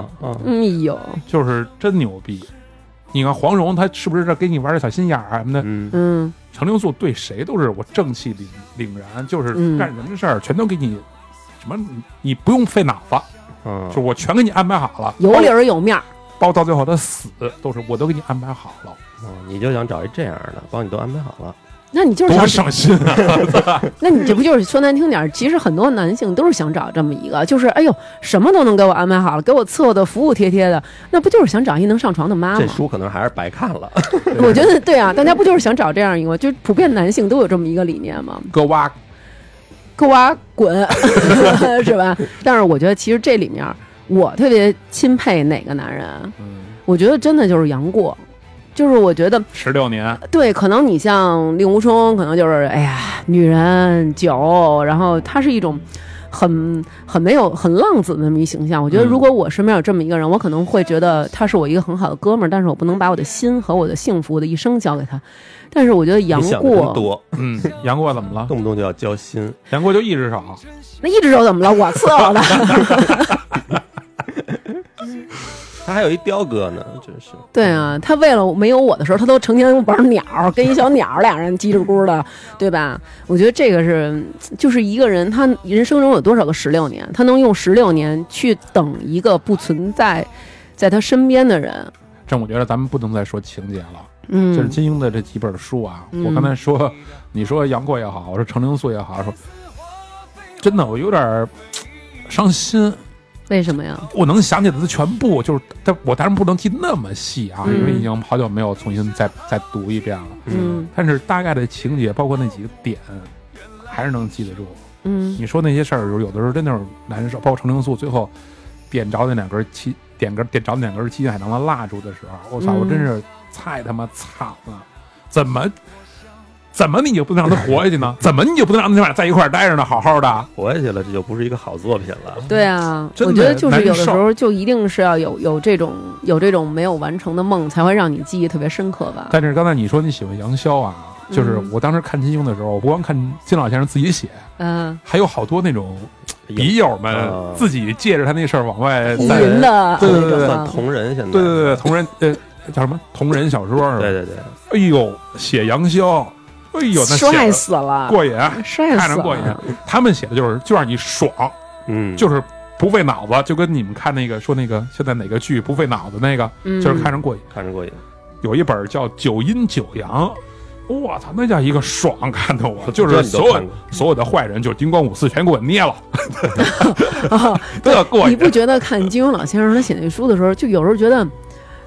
S5: 就是真牛逼。你看黄蓉，她是不是这给你玩点小心眼儿什么的？程灵素对谁都是我正气凛然，就是干人的事儿全都给你什么，你不用费脑子，就我全给你安排好了，
S4: 有理儿有面儿，
S5: 包括到最后他死我都给你安排好了。
S3: 你就想找一这样的，帮你都安排好了。
S4: 那你就是
S5: 多省心啊！
S4: 那你这不就是说难听点，其实很多男性都是想找这么一个，就是哎呦什么都能给我安排好了，给我伺候的服服帖帖的，那不就是想找一能上床的妈妈？
S3: 这书可能还是白看了。
S4: 我觉得对啊，大家不就是想找这样一个，就普遍男性都有这么一个理念吗？
S5: 割挖
S4: 滚是吧？但是我觉得其实这里面我特别钦佩哪个男人，我觉得真的就是杨过。就是我觉得
S5: 16年，
S4: 对，可能你像令狐冲，可能就是哎呀，女人酒，然后他是一种很没有很浪子的那么一形象。我觉得如果我身边有这么一个人，我可能会觉得他是我一个很好的哥们儿，但是我不能把我的心和我的幸福的一生交给他。但是我觉得杨过
S3: 多，
S5: 杨过怎么了？
S3: 动不动就要交心。
S5: 杨过就一只手，
S4: 那一只手怎么了？我伺候的。
S3: 他还有一雕哥呢，真是。
S4: 对啊，他为了没有我的时候，他都成天玩鸟，跟一小鸟俩人叽里咕的，对吧？我觉得这个就是一个人，他人生中有多少个16年，他能用16年去等一个不存在在他身边的人。
S5: 这我觉得咱们不能再说情节了，就是金庸的这几本书啊，我刚才说，你说杨过也好，我说程灵素也好，说真的我有点伤心。
S4: 为什么呀？
S5: 我能想起来的全部，就是我当然不能记那么细啊，因为已经好久没有重新再读一遍了。但是大概的情节，包括那几个点，还是能记得住。你说那些事儿，有的时候真的是难受。包括程灵素最后点着那两根七星海棠的蜡烛的时候，我操，我真是太他妈惨了！怎么你就不能让他活下去呢？怎么你就不能让他俩在一块儿待着呢？好好的
S3: 活下去了，这就不是一个好作品了。
S4: 对啊，我觉得就是有的时候就一定是要有这种没有完成的梦，才会让你记忆特别深刻吧。
S5: 但是刚才你说你喜欢杨逍啊，就是我当时看金庸的时候，我不光看金老先生自己写，还有好多那种笔友们自己借着他那事儿往外
S4: 同人的，
S5: 对，
S3: 同人现在
S5: 对同人叫什么同人小说是吧？
S3: 对，
S5: 哎呦，写杨逍。哎呦，那
S4: 帅死了，
S5: 过瘾，
S4: 帅死了，
S5: 看着过瘾。他们写的就让你爽，就是不费脑子，就跟你们看那个说那个现在哪个剧不费脑子那个，就是看着过瘾，
S3: 看着过瘾。
S5: 有一本叫《九阴九阳》，我操，那叫一个爽，看的我就是所有的坏人，就金光五四全给我捏了，特过瘾。
S4: 你不觉得看金庸老先生他写那书的时候，就有时候觉得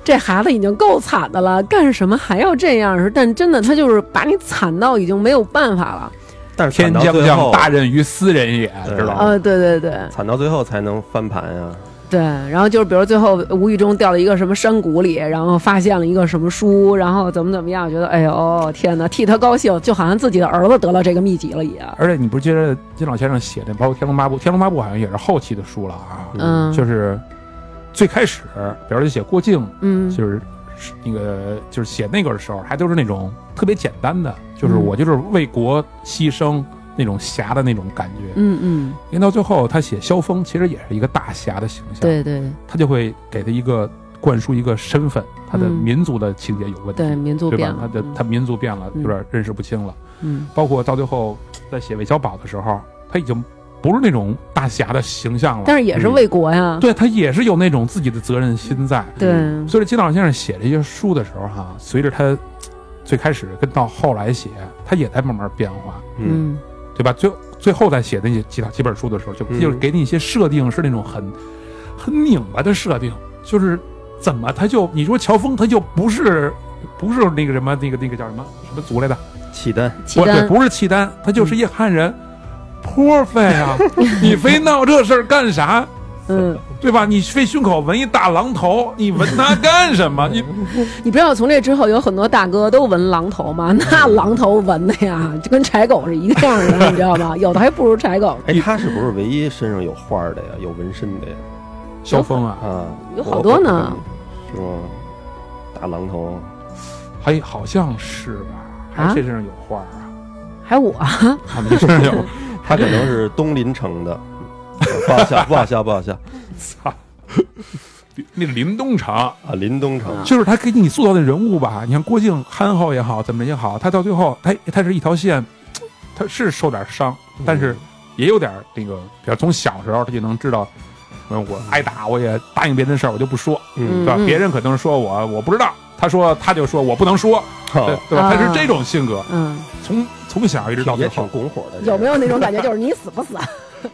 S4: 这孩子已经够惨的了，干什么还要这样？但真的，他就是把你惨到已经没有办法了。
S3: 但是
S5: 天将降大任于斯人也，知道吗？
S4: 对对对，
S3: 惨到最后才能翻盘呀。
S4: 对，然后就是比如最后无意中掉到一个什么山谷里，然后发现了一个什么书，然后怎么样，觉得哎呦天哪，替他高兴，就好像自己的儿子得了这个秘籍了一样。
S5: 而且你不觉得金老先生写的，包括《天龙八部》，《天龙八部》好像也是后期的书了啊。就是最开始，比如说写郭靖，就是那个就是写那个的时候，还都是那种特别简单的，就是我就是为国牺牲。那种侠的那种感觉，因为到最后他写萧峰，其实也是一个大侠的形象，
S4: 对对，他
S5: 就会给他一个灌输一个身份，他的民族的情节有问题，
S4: 对民族变了，
S5: 他民族变了，有点认识不清了，包括到最后在写韦小宝的时候，他已经不是那种大侠的形象了，
S4: 但是也是为国呀，
S5: 对他也是有那种自己的责任心在，
S4: 对，
S5: 所以金老先生写这些书的时候哈，随着他最开始跟到后来写，他也在慢慢变化，对吧？最后在写那几本书的时候，就是给你一些设定是那种很拧巴的设定，就是怎么他就你说乔峰他就不是那个什么那个叫什么族来的
S3: 契丹，
S5: 对，不是契丹，他就是一汉人，颇费啊！你非闹这事儿干啥？对吧？你非胸口纹一大狼头，你纹它干什么？
S4: 你不知道从这之后有很多大哥都纹狼头吗？那狼头纹的呀，就跟柴狗是一个样的，你知道吗？有的还不如柴狗。
S3: 哎，他是不是唯一身上有画的呀？有纹身的呀？
S5: 萧峰啊，
S4: 有好多呢，
S3: 是吗？大狼头，
S5: 还好像是吧？还谁身上有画啊？
S4: 还我啊？
S5: 你身上有？
S3: 他可能是东林城的。不好笑！
S5: 操，那林东城啊，
S3: 林东城
S5: 就是他给你塑造的人物吧。你看郭靖憨厚也好，怎么也好，他到最后他是一条线，他是受点伤，但是也有点那个，比如从小时候他就能知道，我挨打我也答应别人的事儿我就不说，对吧？别人可能说我不知道，他就说我不能说，对吧？他是这种性格，从小一直到最后，
S3: 也挺拱火的。
S4: 有没有那种感觉，就是你死不死？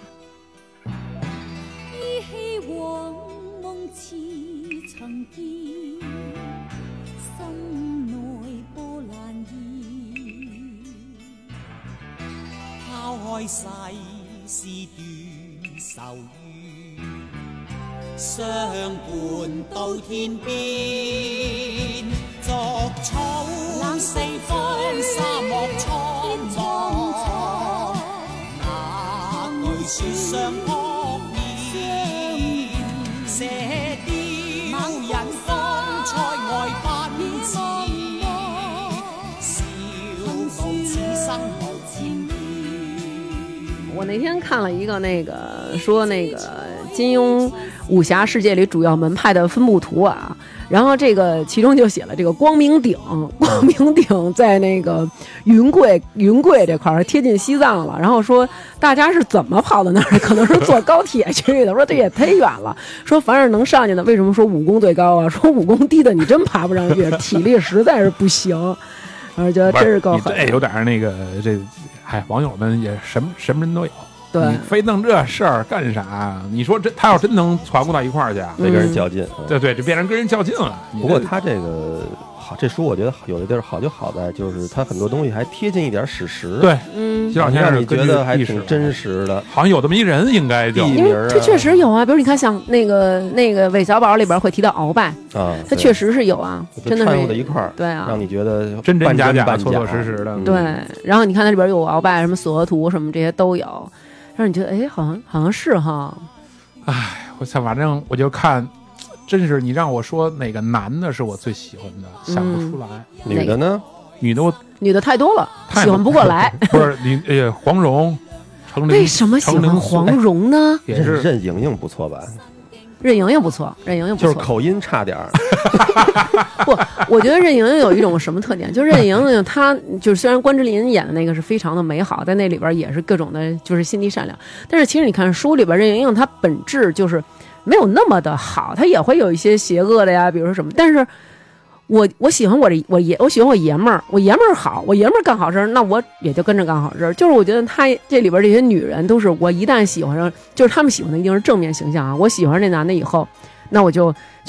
S6: 世事斷愁怨，相伴到天邊，逐草四方，沙漠蒼茫，那句説相撲面，射雕引風塞外奔馳，笑傲此生無前途。
S4: 我那天看了一个说金庸武侠世界里主要门派的分布图啊，然后这个其中就写了这个光明顶在那个云贵这块贴近西藏了，然后说大家是怎么跑到那儿，可能是坐高铁去的，说这也忒远了，说凡是能上去的，为什么说武功最高啊？说武功低的你真爬不上去，体力实在是不行，然后觉得真是够狠。
S5: 这有点那个网友们也什么人都有，
S4: 对，
S5: 你非弄这事儿干啥？你说他要真能团过到一块儿去，
S3: 得跟人较劲，
S5: 对，就变成跟人较劲了。
S3: 不过他这个好，这书我觉得有的地儿好就好在就是他很多东西还贴近一点史实，
S5: 对，金老先生
S3: 你觉得还挺真实的，
S5: 好像有这么一人应该就
S4: 因为这确实有啊，比如你看像那个韦小宝里边会提到鳌拜啊，他确实是有啊，真的是
S3: 串入在一块儿，
S4: 对啊，
S3: 让你觉得
S5: 真假错错实实的，
S4: 对。然后你看它里边有鳌拜什么索额图什么这些都有，让你觉得哎，好像是哈。
S5: 哎，我操，反正我就看。真是你让我说哪个男的是我最喜欢的，想不出来。
S3: 女的呢？
S5: 女
S4: 的太多了，喜欢不过来。
S5: 不是你黄蓉，
S4: 为什么喜欢黄蓉呢？
S5: 也是
S3: 任盈盈不错吧？
S4: 任盈盈不错，
S3: 就是口音差点儿。
S4: 不，我觉得任盈盈有一种什么特点？就是任盈盈她就是虽然关之琳演的那个是非常的美好，在那里边也是各种的，就是心地善良。但是其实你看书里边任盈盈她本质就是没有那么的好，她也会有一些邪恶的呀，比如说什么。但是我喜欢我喜欢我爷们儿，我爷们儿好，我爷们儿干好事，那我也就跟着干好事。就是我觉得他这里边这些女人都是我一旦喜欢上，就是他们喜欢的一定是正面形象啊。我喜欢这男的以后，那我就是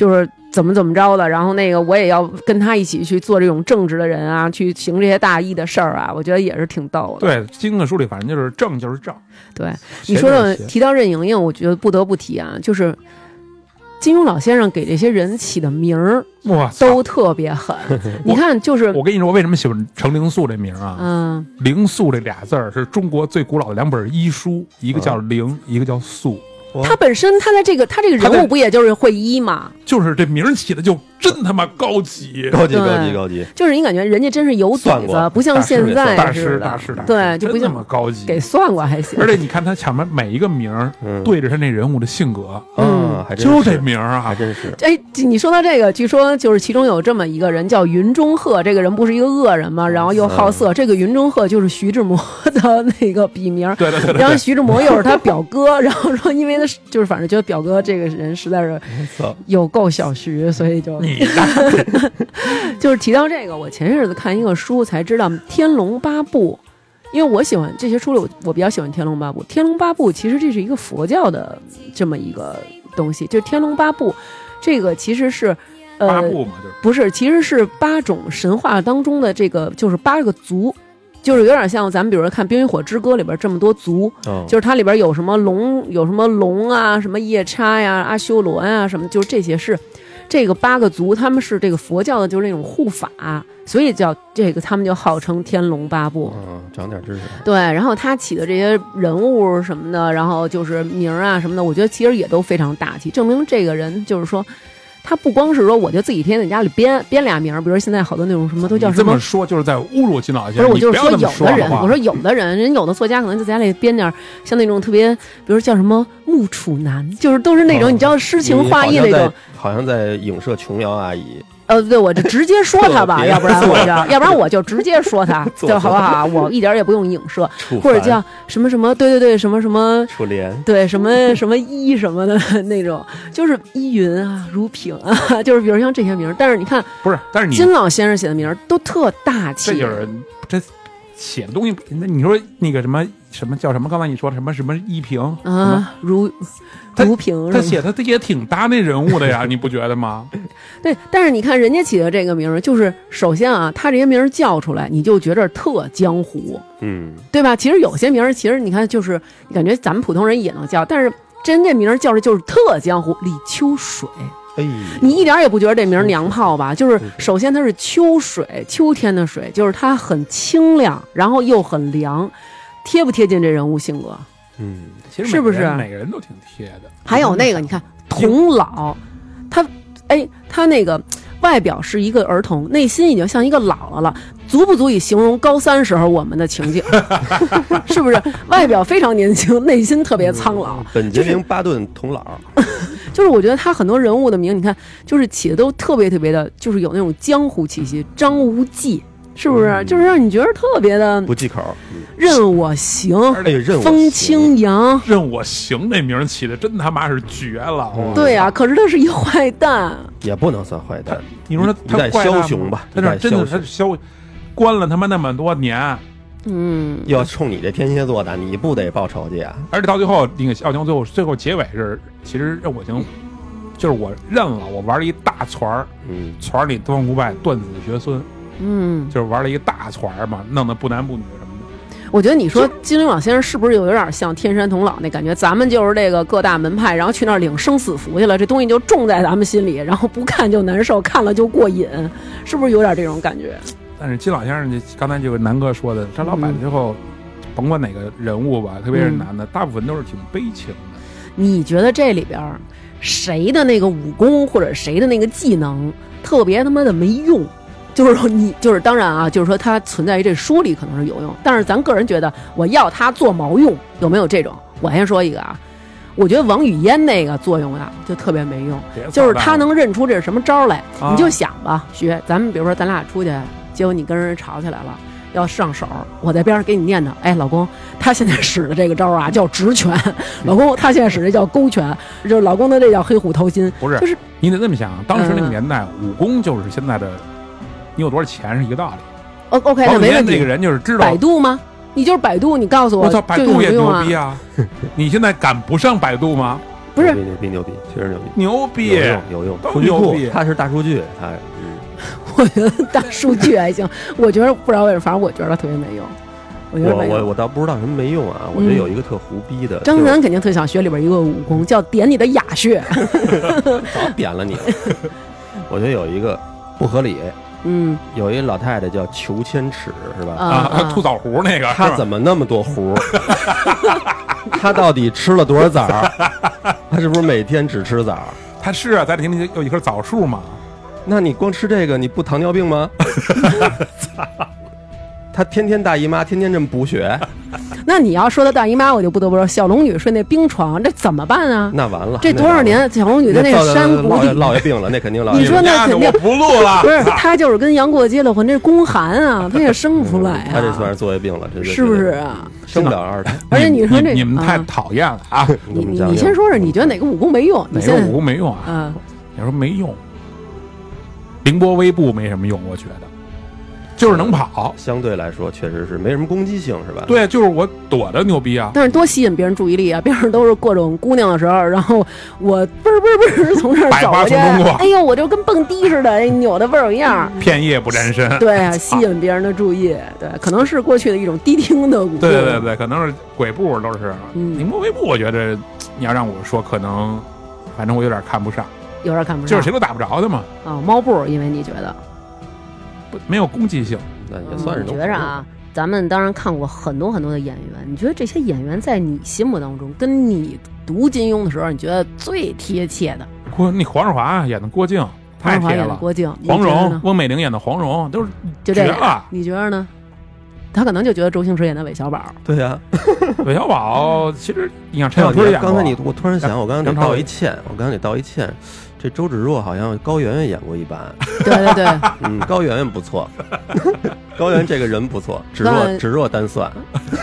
S4: 怎么着的，然后那个我也要跟他一起去做这种正直的人啊，去行这些大义的事儿啊，我觉得也是挺逗的。
S5: 对，金庸书里反正就是正就是正。
S4: 对，你说的提到任盈盈，我觉得不得不提啊，就是金庸老先生给这些人起的名儿，都特别狠。你看，就是
S5: 我跟你说，我为什么喜欢程灵素这名啊？灵素这俩字儿是中国最古老的2本医书，一个叫灵，一个叫素。
S4: 他本身他这个人物不也就是会医吗？
S5: 就是这名起的就真他妈高级，
S3: 高级。
S4: 就是你感觉人家真是有底子，不像现在
S5: 大师，
S4: 对，就不像
S5: 那么高级，
S4: 给算过还行。
S5: 而且你看他前面每一个名对着他那人物的性格，
S3: 就
S5: 这名啊，
S3: 还真是。
S4: 哎，你说到这个，据说就是其中有这么一个人叫云中鹤，这个人不是一个恶人吗？然后又好色，这个云中鹤就是徐志摩的那个笔名。
S5: 对。
S4: 然后徐志摩又是他表哥，然后说因为他就是反正觉得表哥这个人实在是有够小徐，所以就就是提到这个，我前日子看一个书才知道《天龙八部》，因为我喜欢这些书里，我比较喜欢《天龙八部》。《天龙八部》其实这是一个佛教的这么一个东西，就是《天龙八部》，这个其实是
S5: 八部嘛，就是
S4: 不是，其实是8种神话当中的这个，就是8个族。就是有点像咱们比如说看《冰与火之歌》里边这么多族，就是它里边有什么龙啊，什么夜叉呀、阿修罗呀什么，就是这些是这个8个族，他们是这个佛教的就是那种护法，所以叫这个他们就号称天龙八部。
S3: 长点知识。
S4: 对，然后他起的这些人物什么的，然后就是名啊什么的，我觉得其实也都非常大气，证明这个人就是说。他不光是说我就自己天天在家里编俩名，比如说现在好多那种什么都叫什么。
S5: 这么说就是在侮辱金老先生。
S4: 不是，我就是说有的人，我说有的人有的作家可能在家里编点像那种特别，比如叫什么木楚男，就是都是那种你知道诗情画意那种。
S3: 好像在影射琼瑶阿姨。
S4: 对，我就直接说他吧，要不然我就直接说他，就好不好？我一点也不用影射，或者叫什么什么，对，什么什么
S3: 楚莲，
S4: 对，什么什么依什么的那种，就是依云啊、如萍啊，就是比如像这些名。但是你看，
S5: 不是，但是你
S4: 金老先生写的名都特大气，
S5: 这就是这写的东西。那你说那个什么叫什么？刚才你说什么依萍
S4: 啊，如萍，
S5: 他写他也挺搭那人物的呀，你不觉得吗？
S4: 对，但是你看人家起的这个名，就是首先啊，他这些名叫出来，你就觉得特江湖，对吧？其实有些名，其实你看，就是感觉咱们普通人也能叫，但是真这名叫的就是特江湖，李秋水。你一点也不觉得这名娘炮吧？就是首先它是秋水，秋天的水，就是它很清亮，然后又很凉，贴不贴近这人物性格？
S5: 其实
S4: 是不是
S5: 每个人都挺贴的？
S4: 还有那个，你看童老，他那个外表是一个儿童，内心已经像一个姥姥了，足不足以形容高3时候我们的情景？是不是？外表非常年轻，内心特别苍老。
S3: 本杰明·巴顿童老，
S4: 就是我觉得他很多人物的名，你看，就是起的都特别的，就是有那种江湖气息。张无忌，是不是？就是让你觉得特别的
S3: 不忌口。
S4: 任我行，
S3: 任
S4: 风清扬，
S5: 任我行那名起的真他妈是绝了。
S4: 对啊，可是他是一坏蛋，
S3: 也不能算坏蛋。
S5: 你说他
S3: 枭雄吧？
S5: 他这真的他枭，关了他妈那么多年，
S3: 要冲你这天蝎座的，你不得报仇去啊？
S5: 而且到最后那个枭雄最后结尾是，其实任我行，就是我认了，我玩了一大船船里东方不败断子绝孙，就是玩了一个大船嘛，弄得不男不女什么的。
S4: 我觉得你说金陵老先生是不是有点像天山童姥那感觉？咱们就是这个各大门派，然后去那儿领生死符去了，这东西就种在咱们心里，然后不看就难受，看了就过瘾，是不是有点这种感觉？
S5: 但是金老先生刚才这个南哥说的，他老板最后，甭管哪个人物吧，特别是男的，大部分都是挺悲情的。
S4: 你觉得这里边谁的那个武功或者谁的那个技能特别他妈的没用？就是当然啊，就是说它存在于这书里可能是有用，但是咱个人觉得我要它做毛用，有没有这种？我先说一个啊，我觉得王语嫣那个作用啊就特别没用，就是他能认出这是什么招来。你就想吧，徐，咱们比如说咱俩出去，结果你跟人吵起来了，要上手，我在边上给你念叨，哎，老公，他现在使的这个招啊叫直拳，老公他现在使的叫勾拳，就是老公的这叫黑虎掏心。
S5: 不是，
S4: 就是
S5: 你得这么想，当时那个年代，武功就是现在的。你有多少钱是一个道理。
S4: OK， 那没问题。
S5: 这个人就是知道
S4: 百度吗？你就是百度，你告诉我，
S5: 我操，百度也牛逼啊！你现在赶不上百度吗？
S4: 不是
S3: 牛逼，确实牛逼，
S5: 牛逼，
S3: 有用，
S5: 都
S3: 数据库
S5: 牛逼，
S3: 它是大数据，它
S4: 我觉得大数据还行，我觉得不知道为什么，反正我觉得特别没用。
S3: 我倒不知道什么没用啊，我觉得有一个特胡逼的。
S4: 张楠肯定特想学里边一个武功，叫点你的哑穴。
S3: 早点了你。我觉得有一个不合理。有一老太太叫裘千尺，是吧？
S5: 吐枣核那个，
S3: 她怎么那么多核？她到底吃了多少枣？她是不是每天只吃枣？
S5: 她是啊，在这里有一棵枣树嘛。
S3: 那你光吃这个，你不糖尿病吗？她天天大姨妈，天天这么补血。
S4: 那你要说到大姨妈，我就不得不说小龙女睡那冰床，这怎么办啊？
S3: 那完了，
S4: 这多少年小龙女在那个山谷底
S3: 落下病了，那肯定落下病了。
S4: 你说那肯定
S5: 我不录了。
S4: 不是，她就是跟杨过结了婚，这是宫寒啊，她也生不出来啊。
S3: 她这算是作为病了，
S4: 是不是啊？
S3: 生不了二胎。
S4: 而且你说这
S5: 你们太讨厌了啊！
S4: 你先说说，你觉得哪个武功没用？
S5: 哪个武功没用啊？你说没用，凌波微步没什么用，我觉得。就是能跑，
S3: 相对来说确实是没什么攻击性，是吧？
S5: 对，就是我躲着牛逼啊！
S4: 但是多吸引别人注意力啊！边上都是各种姑娘的时候，然后我嘣从这儿走过去，哎呦，我就跟蹦迪似的，扭的倍儿有样，
S5: 片叶不沾身。
S4: 对啊，吸引别人的注意，对，可能是过去的一种迪厅的武功。
S5: 对，可能是鬼步都是。凌波微步，我觉得你要让我说，可能反正我有点看不上，就是谁都打不着的嘛。
S4: 猫步，因为你觉得？
S5: 没有攻击性，
S3: 那也算是。
S4: 我觉着啊，咱们当然看过很多很多的演员，你觉得这些演员在你心目当中，跟你读金庸的时候，你觉得最贴切的？
S5: 那黄日华演的郭靖太贴了，
S4: 郭靖、
S5: 黄蓉、翁美玲演的黄蓉都是
S4: 就这个。你觉得呢？他可能就觉得周星驰演的韦小宝。
S3: 对呀，
S5: 韦小宝其实你像陈小春演过。
S3: 刚才我突然想，我刚刚得道一歉，这周芷若好像高圆圆演过一版。
S4: 对，
S3: 高圆圆不错，高圆圆这个人不错，芷若单算。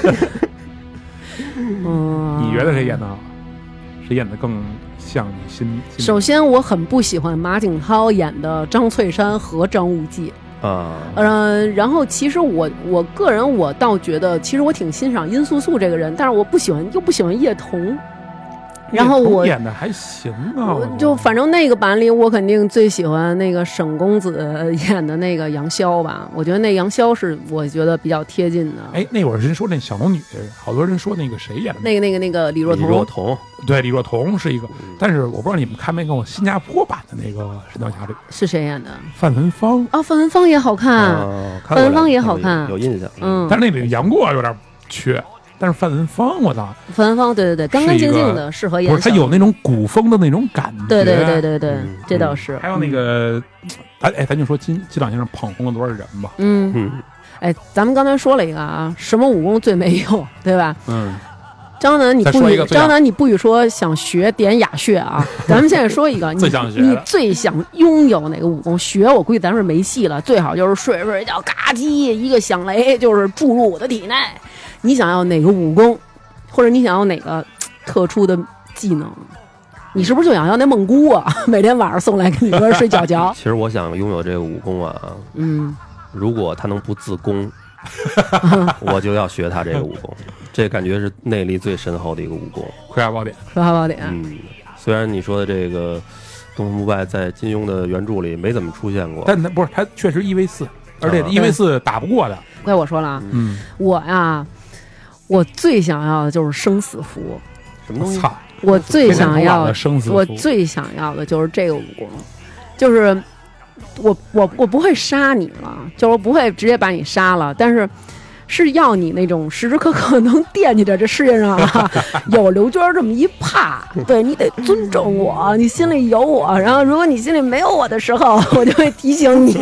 S5: 你觉得谁演的好？谁演的更像你心？
S4: 首先，我很不喜欢马景涛演的张翠山和张无忌。然后其实我个人我倒觉得，其实我挺欣赏殷素素这个人，但是我不喜欢叶童。然后我
S5: 演的还行啊，
S4: 就反正那个版里，我肯定最喜欢那个沈公子演的那个杨逍吧。我觉得那杨逍是我觉得比较贴近的。
S5: 哎，那会儿人说那小龙女，好多人说那个谁演的？
S4: 那个李若彤。
S5: 对，李若彤是一个，但是我不知道你们看没看过新加坡版的那个《神雕侠侣》？
S4: 是谁演的？
S5: 范文芳。
S4: 范文芳也好看，范文芳也好看，
S3: 有印象。
S5: 但是那里杨过有点缺。但是范文芳，我操！
S4: 范文芳，对，干干净净的，适合演。
S5: 不是，他有那种古风的那种感觉。
S4: 对，这倒是。
S5: 还有那个，咱就说金老先生捧红了多少人吧。
S4: 咱们刚才说了一个啊，什么武功最没用，对吧？张楠，你不许说想学点哑穴啊！咱们现在说一个，你最想拥有哪个武功？学我估计咱是没戏了，最好就是睡觉，嘎叽一个响雷，就是注入我的体内。你想要哪个武功，或者你想要哪个特殊的技能？你是不是就想要那梦姑啊？每天晚上送来跟你说睡觉觉。
S3: 其实我想拥有这个武功啊，如果他能不自宫，我就要学他这个武功。这感觉是内力最深厚的一个武功。
S5: 葵花宝典。
S3: 虽然你说的这个东方不败在金庸的原著里没怎么出现过，
S5: 但不是他确实1v4，而且1v4打不过的。
S4: 该我说了啊，我呀。我最想要的就是生死符。
S3: 什么东西？
S4: 我最想要的就是这个武功，就是我不会杀你了，就是我不会直接把你杀了，但是是要你那种时时刻刻能惦记着这世界上啊有刘娟这么一帕，对你得尊重我，你心里有我，然后如果你心里没有我的时候，我就会提醒你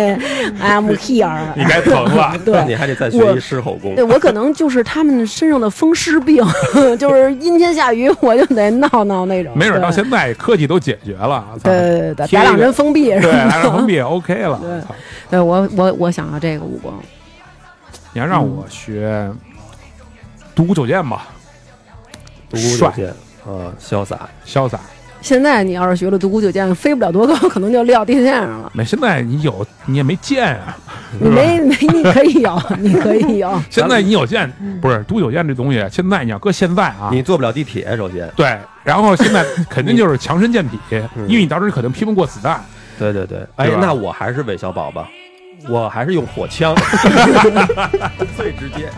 S4: I'm here，
S5: 你该疼了。
S4: 对，
S3: 你还得再学一狮吼功。
S4: 对，我可能就是他们身上的风湿病，就是阴天下雨我就得闹那种。
S5: 没准到现在科技都解决了。
S4: 对，打两针封闭是吧？
S5: 对，打两封闭 OK 了。
S4: 对，我想要这个武功。
S5: 你要让我学独孤九剑吧，
S3: 独孤九剑潇洒。
S4: 现在你要是学了独孤九剑，飞不了多高，可能就撂地线上了。
S5: 现在你也没剑啊。
S4: 你没，你可以有，你可以有。
S5: 现在你有线不是读有线这东西，现在你要搁现在啊，
S3: 你坐不了地铁，首先
S5: 对，然后现在肯定就是强身健体，因为你当时可能拼不过子弹。
S3: 对对对，哎，那我还是韦小宝吧，我还是用火枪，最直接。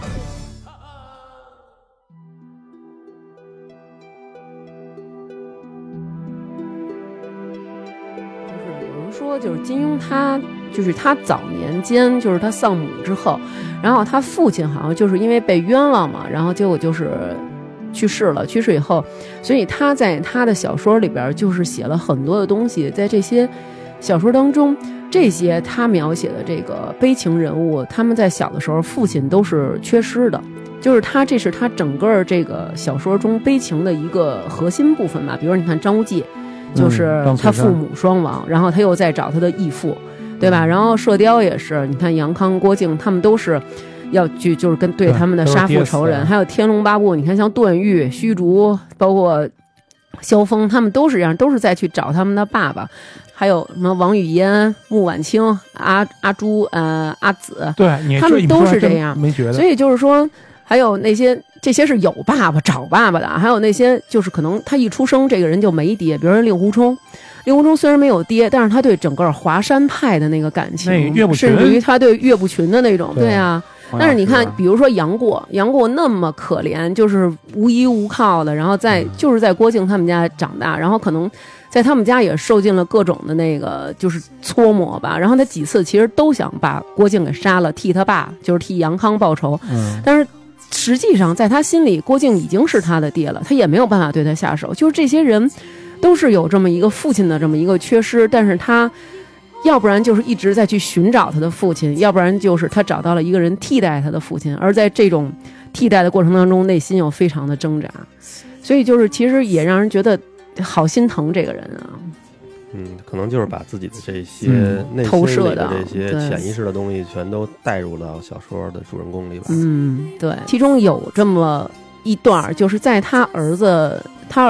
S4: 就是金庸他就是他早年间就是他丧母之后，然后他父亲好像就是因为被冤枉嘛，然后结果就是去世了。去世以后，所以他在他的小说里边就是写了很多的东西，在这些小说当中，这些他描写的这个悲情人物，他们在小的时候父亲都是缺失的。就是他，这是他整个这个小说中悲情的一个核心部分吧。比如你看张无忌。就是他父母双亡，然后他又在找他的义父，对吧？然后射雕也是，你看杨康、郭靖，他们都是要去，就是跟对他们的杀父仇人。还有天龙八部，你看像段誉、虚竹，包括萧峰，他们都是这样，都是在去找他们的爸爸。还有什么王语嫣、穆婉清、阿朱、阿紫，
S5: 对，
S4: 他们都是这样。
S5: 没觉得，
S4: 所以就是说。还有那些，这些是有爸爸找爸爸的，还有那些就是可能他一出生这个人就没爹，比如说令狐冲。令狐冲虽然没有爹，但是他对整个华山派的那个感情，甚至于他对岳不群的那种，对啊。但是你看，比如说杨过那么可怜，就是无依无靠的，然后就是在郭靖他们家长大，然后可能在他们家也受尽了各种的那个就是搓磨吧。然后他几次其实都想把郭靖给杀了，替他爸就是替杨康报仇，但是。实际上在他心里郭靖已经是他的爹了，他也没有办法对他下手。就是这些人都是有这么一个父亲的这么一个缺失，但是他要不然就是一直在去寻找他的父亲，要不然就是他找到了一个人替代他的父亲，而在这种替代的过程当中内心又非常的挣扎，所以就是其实也让人觉得好心疼这个人啊。
S3: 可能就是把自己的这些内心里的这些潜意识的东西全都带入到小说的主人公里吧。
S4: 对，其中有这么一段，就是在他儿子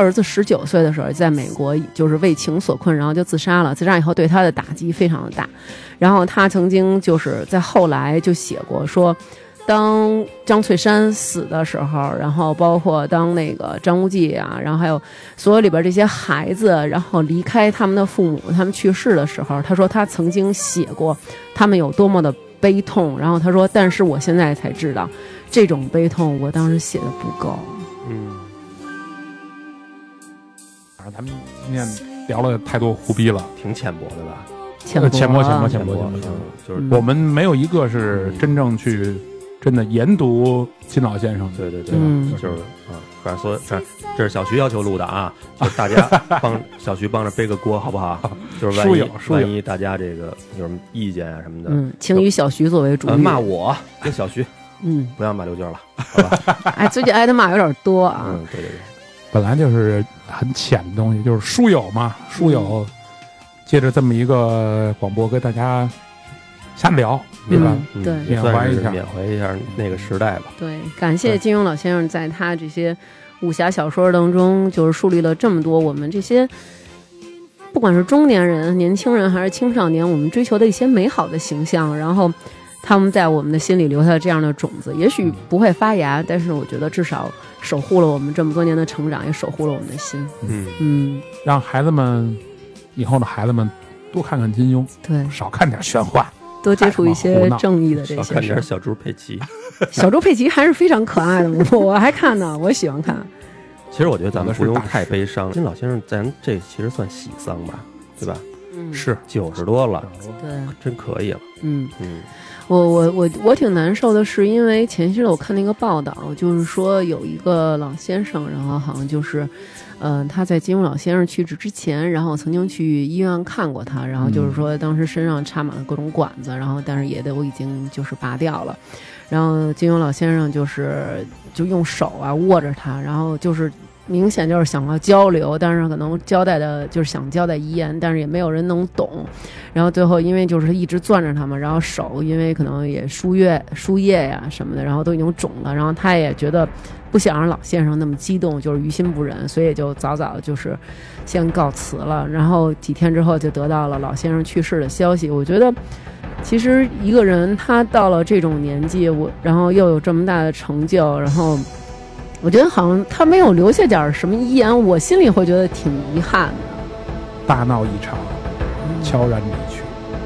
S4: 19岁的时候，在美国就是为情所困，然后就自杀了。自杀以后对他的打击非常的大，然后他曾经就是在后来就写过说。当张翠山死的时候，然后包括当那个张无忌啊，然后还有所有里边这些孩子，然后离开他们的父母，他们去世的时候，他说他曾经写过他们有多么的悲痛，然后他说，但是我现在才知道，这种悲痛我当时写的不够。
S5: 咱们今天聊了太多胡逼了，
S3: 挺浅薄的吧？
S5: 浅薄，就是我们没有一个是真正去。真的研读金老先生，
S3: 对，就是反正说这是小徐要求录的啊，就是大家小徐帮着背个锅好不好？就是万一大家这个有什么意见啊什么的，
S4: 请以小徐作为主。
S3: 骂我跟小徐，不要骂刘娟了，好吧？
S4: 最近挨他骂有点多啊。
S3: 对，
S5: 本来就是很浅的东西，就是书友嘛，书友借着这么一个广播跟大家。瞎聊，对吧？
S4: 对，
S3: 缅怀一下那个时代吧。
S4: 对，感谢金庸老先生在他这些武侠小说当中，就是树立了这么多我们这些，不管是中年人、年轻人还是青少年，我们追求的一些美好的形象。然后他们在我们的心里留下这样的种子，也许不会发芽，但是我觉得至少守护了我们这么多年的成长，也守护了我们的心。
S5: 让孩子们以后的孩子们多看看金庸，
S4: 对，
S5: 少看点玄幻。
S4: 多接触一些正义的这些事，
S3: 看点小猪佩奇。
S4: 小猪佩奇还是非常可爱的，我还看呢，我喜欢看。
S3: 其实我觉得咱们不用太悲伤，金老先生咱这其实算喜丧吧，对吧？
S5: 是
S3: 90多了，
S4: 对，
S3: 真可以了。
S4: 我挺难受的，是因为前些日我看那个报道，就是说有一个老先生，然后好像就是。他在金庸老先生去世之前，然后曾经去医院看过他，然后就是说当时身上插满了各种管子，然后但是也都已经就是拔掉了，然后金庸老先生就用手啊握着他，然后就是明显就是想要交流，但是可能交代的就是想交代遗言，但是也没有人能懂，然后最后因为就是一直攥着他嘛，然后手因为可能也输液呀什么的，然后都已经肿了，然后他也觉得不想让老先生那么激动，就是于心不忍，所以就早早就是先告辞了。然后几天之后就得到了老先生去世的消息。我觉得其实一个人他到了这种年纪，然后又有这么大的成就，然后我觉得好像他没有留下点什么遗言，我心里会觉得挺遗憾的。
S5: 大闹一场，悄然离去。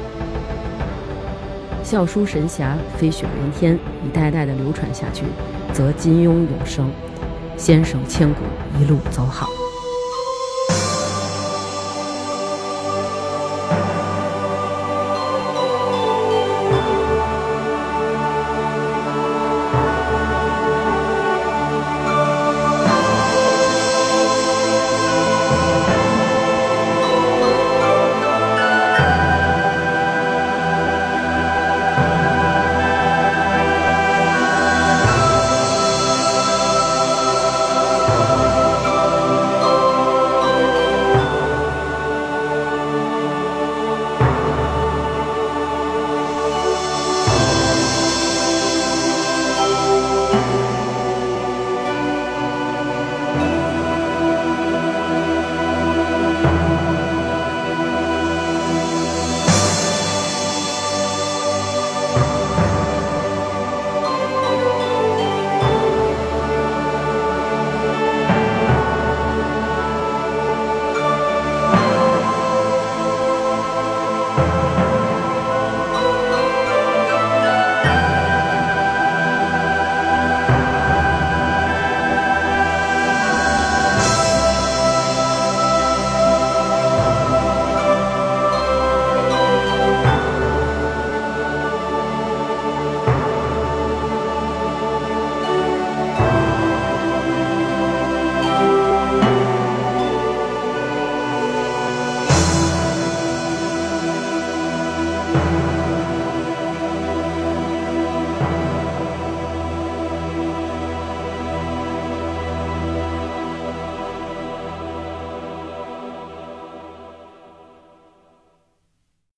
S4: 笑书神侠，飞雪连天，一代代的流传下去，则金庸永生。先生千古一路走好。